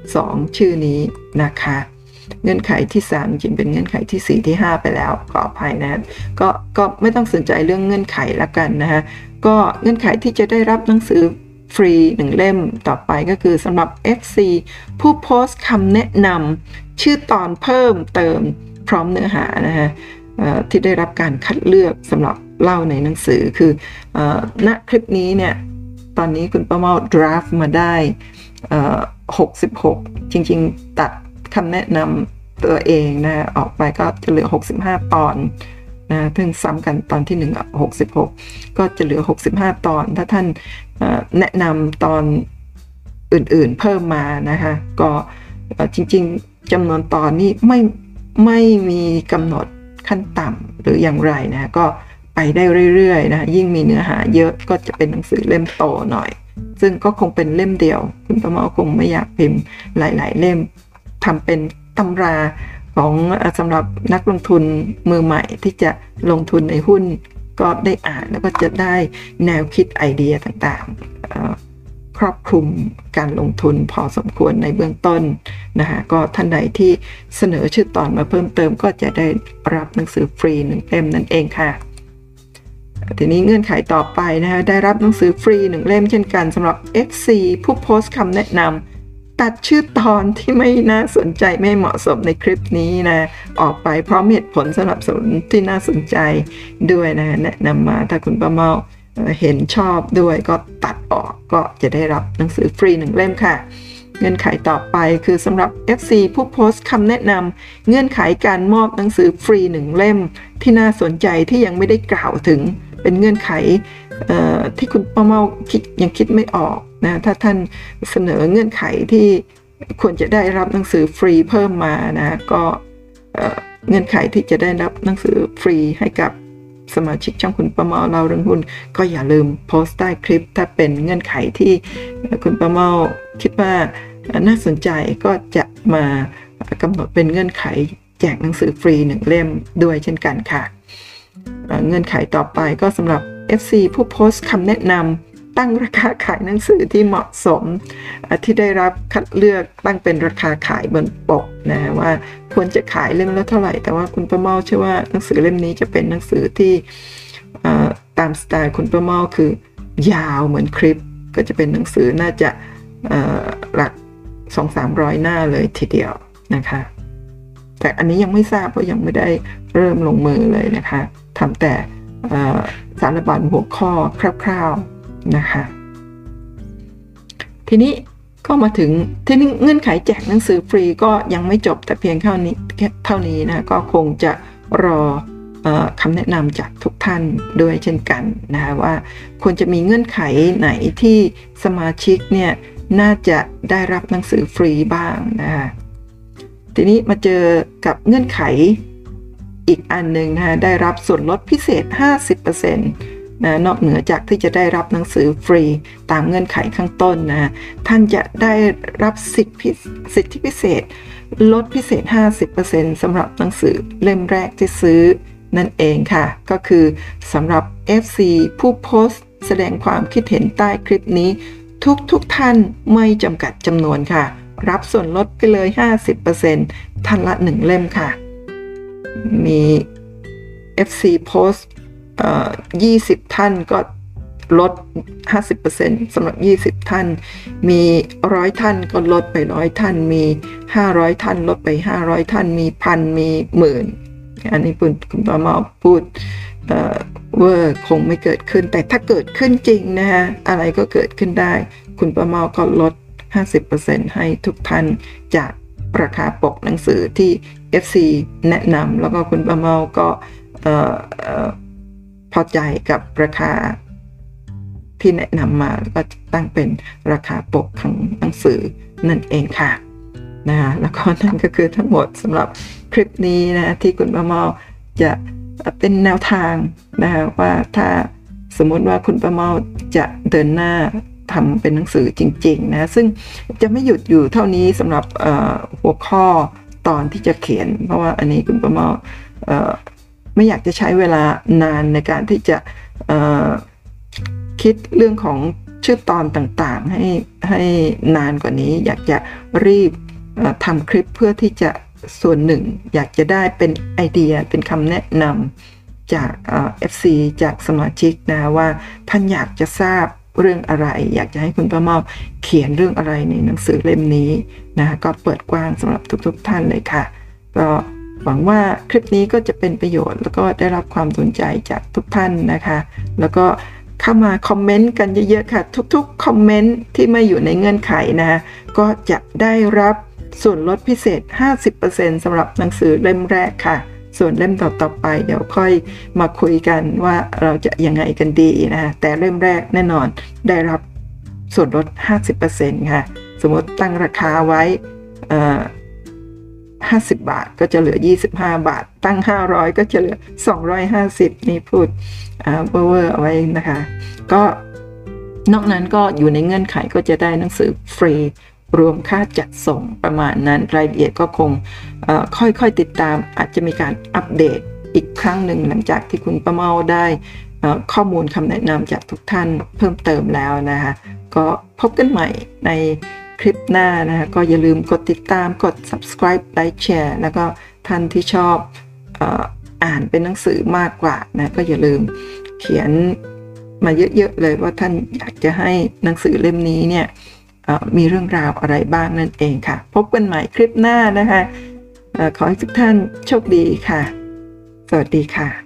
2 ชื่อนี้นะคะเงื่อนไขที่3จริงเป็นเงื่อนไขที่4ที่5ไปแล้วขออภัยนะก็ไม่ต้องสนใจเรื่องเงื่อนไขละกันนะคะก็เงื่อนไขที่จะได้รับหนังสือฟรี1 เล่มต่อไปก็คือสำหรับ FC ผู้โพสต์คำแนะนำชื่อตอนเพิ่มเติมพร้อมเนื้อหานะคะที่ได้รับการคัดเลือกสำหรับเล่าในหนังสือคือณคลิปนี้เนี่ยตอนนี้คุณป้าเมาดราฟมาได้66จริงๆตัดคำแนะนำตัวเองนะออกไปก็จะเหลือ65 ตอนนะเพิ่งซ้ำกันตอนที่1 66ก็จะเหลือ65 ตอนถ้าท่านแนะนำตอนอื่นๆเพิ่มมานะคะก็จริงๆจำนวนตอนนี้ไม่มีกำหนดขั้นต่ำหรืออย่างไรนะก็ไปได้เรื่อยๆนะยิ่งมีเนื้อหาเยอะก็จะเป็นหนังสือเล่มโตหน่อยซึ่งก็คงเป็นเล่มเดียวคุณป้าเมาคงไม่อยากพิมพ์หลายๆเล่มทำเป็นตำราของสำหรับนักลงทุนมือใหม่ที่จะลงทุนในหุ้นก็ได้อ่านแล้วก็จะได้แนวคิดไอเดียต่างๆครอบคลุมการลงทุนพอสมควรในเบื้องต้นนะคะก็ท่านใดที่เสนอชื่อตอนมาเพิ่มเติมก็จะได้รับหนังสือฟรี1 เล่มนั่นเองค่ะทีนี้เงื่อนไขต่อไปนะคะได้รับหนังสือฟรี1 เล่มเช่นกันสำหรับ FC ผู้โพสต์คำแนะนำตัดชื่อตอนที่ไม่น่าสนใจไม่เหมาะสมในคลิปนี้นะออกไปพร้อมเหตุผลสนับสนุนที่น่าสนใจด้วยนะแนะนำมาถ้าคุณป้าเมาเห็นชอบด้วยก็ตัดออกก็จะได้รับหนังสือฟรี1 เล่มค่ะเงื่อนไขต่อไปคือสำหรับ FC ผู้โพสต์คำแนะนำเงื่อนไขการมอบหนังสือฟรี1 เล่มที่น่าสนใจที่ยังไม่ได้กล่าวถึงเป็นเงื่อนไขที่คุณป้าเมายังคิดไม่ออกนะถ้าท่านเสนอเงื่อนไขที่ควรจะได้รับหนังสือฟรีเพิ่มมานะก็เงื่อนไขที่จะได้รับหนังสือฟรีให้กับสมาชิกช่องคุณประเมาเล่าเรื่องหุ้นก็อย่าลืมโพสต์ใต้คลิปถ้าเป็นเงื่อนไขที่คุณประเมาคิดว่าน่าสนใจก็จะมากำหนดเป็นเงื่อนไขแจกหนังสือฟรี1 เล่มด้วยเช่นกันค่ะเงื่อนไขต่อไปก็สำหรับ FC ผู้โพสต์คำแนะนำตั้งราคาขายหนังสือที่เหมาะสมที่ได้รับคัดเลือกตั้งเป็นราคาขายบนปกนะว่าควรจะขายเล่มละเท่าไหร่แต่ว่าคุณประเมาเชื่อว่าหนังสือเล่มนี้จะเป็นหนังสือที่ตามสไตล์คุณประเมาคือยาวเหมือนคลิปก็จะเป็นหนังสือน่าจะหลัก 200-300 หน้าเลยทีเดียวนะคะแต่อันนี้ยังไม่ทราบเพราะยังไม่ได้เริ่มลงมือเลยนะคะทำแต่สารบัญหัวข้อคร่าวๆนะคะทีนี้ก็มาถึงที่เงื่อนไขแจกหนังสือฟรีก็ยังไม่จบแต่เพียงเท่านี้นะก็คงจะรอคำแนะนำจากทุกท่านด้วยเช่นกันนะคะว่าควรจะมีเงื่อนไขไหนที่สมาชิกเนี่ยน่าจะได้รับหนังสือฟรีบ้างนะคะทีนี้มาเจอกับเงื่อนไขอีกอันหนึ่งนะคะได้รับส่วนลดพิเศษ 50% นะนอกเหนือจากที่จะได้รับหนังสือฟรีตามเงื่อนไขข้างต้นนะท่านจะได้รับสิทธิพิเศษลดพิเศษ 50% สำหรับหนังสือเล่มแรกที่ซื้อนั่นเองค่ะก็คือสำหรับ FC ผู้โพสต์แสดงความคิดเห็นใต้คลิปนี้ทุกท่านไม่จำกัดจำนวนค่ะรับส่วนลดไปเลย 50% ท่านละ1 เล่มค่ะมี FC โพสต์20 ท่านก็ลด 50% สำหรับ20 ท่านมี100 ท่านก็ลดไป100 ท่านมี500 ท่านลดไป500 ท่านมี1,000มี10,000อันนี้คุณประเมาพูดเวอร์คงไม่เกิดขึ้นแต่ถ้าเกิดขึ้นจริงนะฮะอะไรก็เกิดขึ้นได้คุณประเมาก็ลด 50% ให้ทุกท่านจากราคาปกหนังสือที่ FC แนะนำแล้วก็คุณประเมาก็พอใจกับราคาที่แนะนำมาก็ตั้งเป็นราคาปกของหนังสือนั่นเองค่ะนะแล้วก็นั่นก็คือทั้งหมดสำหรับคลิปนี้นะที่คุณประเมาจะเป็นแนวทางนะว่าถ้าสมมติว่าคุณประเมาจะเดินหน้าทำเป็นหนังสือจริงๆนะซึ่งจะไม่หยุดอยู่เท่านี้สำหรับหัวข้อตอนที่จะเขียนเพราะว่าอันนี้คุณประเมาไม่อยากจะใช้เวลานานในการที่จะคิดเรื่องของชื่อตอนต่างๆให้นานกว่านี้อยากจะรีบทำคลิปเพื่อที่จะส่วนหนึ่งอยากจะได้เป็นไอเดียเป็นคำแนะนำจากFC จากสมาชิกนะว่าท่านอยากจะทราบเรื่องอะไรอยากจะให้คุณประเมาเขียนเรื่องอะไรในหนังสือเล่มนี้นะก็เปิดกว้างสำหรับทุกท่านเลยค่ะก็หวังว่าคลิปนี้ก็จะเป็นประโยชน์แล้วก็ได้รับความสนใจจากทุกท่านนะคะแล้วก็เข้ามาคอมเมนต์กันเยอะๆค่ะทุกๆคอมเมนต์ที่ไม่อยู่ในเงื่อนไขนะก็จะได้รับส่วนลดพิเศษ 50% สำหรับหนังสือเล่มแรกค่ะส่วนเล่มต่อๆไปเดี๋ยวค่อยมาคุยกันว่าเราจะยังไงกันดีนะแต่เล่มแรกแน่นอนได้รับส่วนลด 50% ค่ะสมมติตั้งราคาไว้50 บาทก็จะเหลือ25 บาทตั้ง500ก็จะเหลือ250นี่พูดเวอร์เอาไว้นะคะก็นอกนั้นก็อยู่ในเงื่อนไขก็จะได้หนังสือฟรีรวมค่าจัดส่งประมาณนั้นรายละเอียดก็คงค่อยๆติดตามอาจจะมีการอัปเดตอีกครั้งหนึ่งหลังจากที่คุณประเมาได้ข้อมูลคำแนะนำจากทุกท่านเพิ่มเติมแล้วนะคะก็พบกันใหม่ในคลิปหน้านะคะก็อย่าลืมกดติดตามกด subscribe like share แล้วก็ท่านที่ชอบอ่านเป็นหนังสือมากกว่านะก็อย่าลืมเขียนมาเยอะๆเลยว่าท่านอยากจะให้หนังสือเล่มนี้เนี่ยมีเรื่องราวอะไรบ้างนั่นเองค่ะพบกันใหม่คลิปหน้านะคะขอให้ทุกท่านโชคดีค่ะสวัสดีค่ะ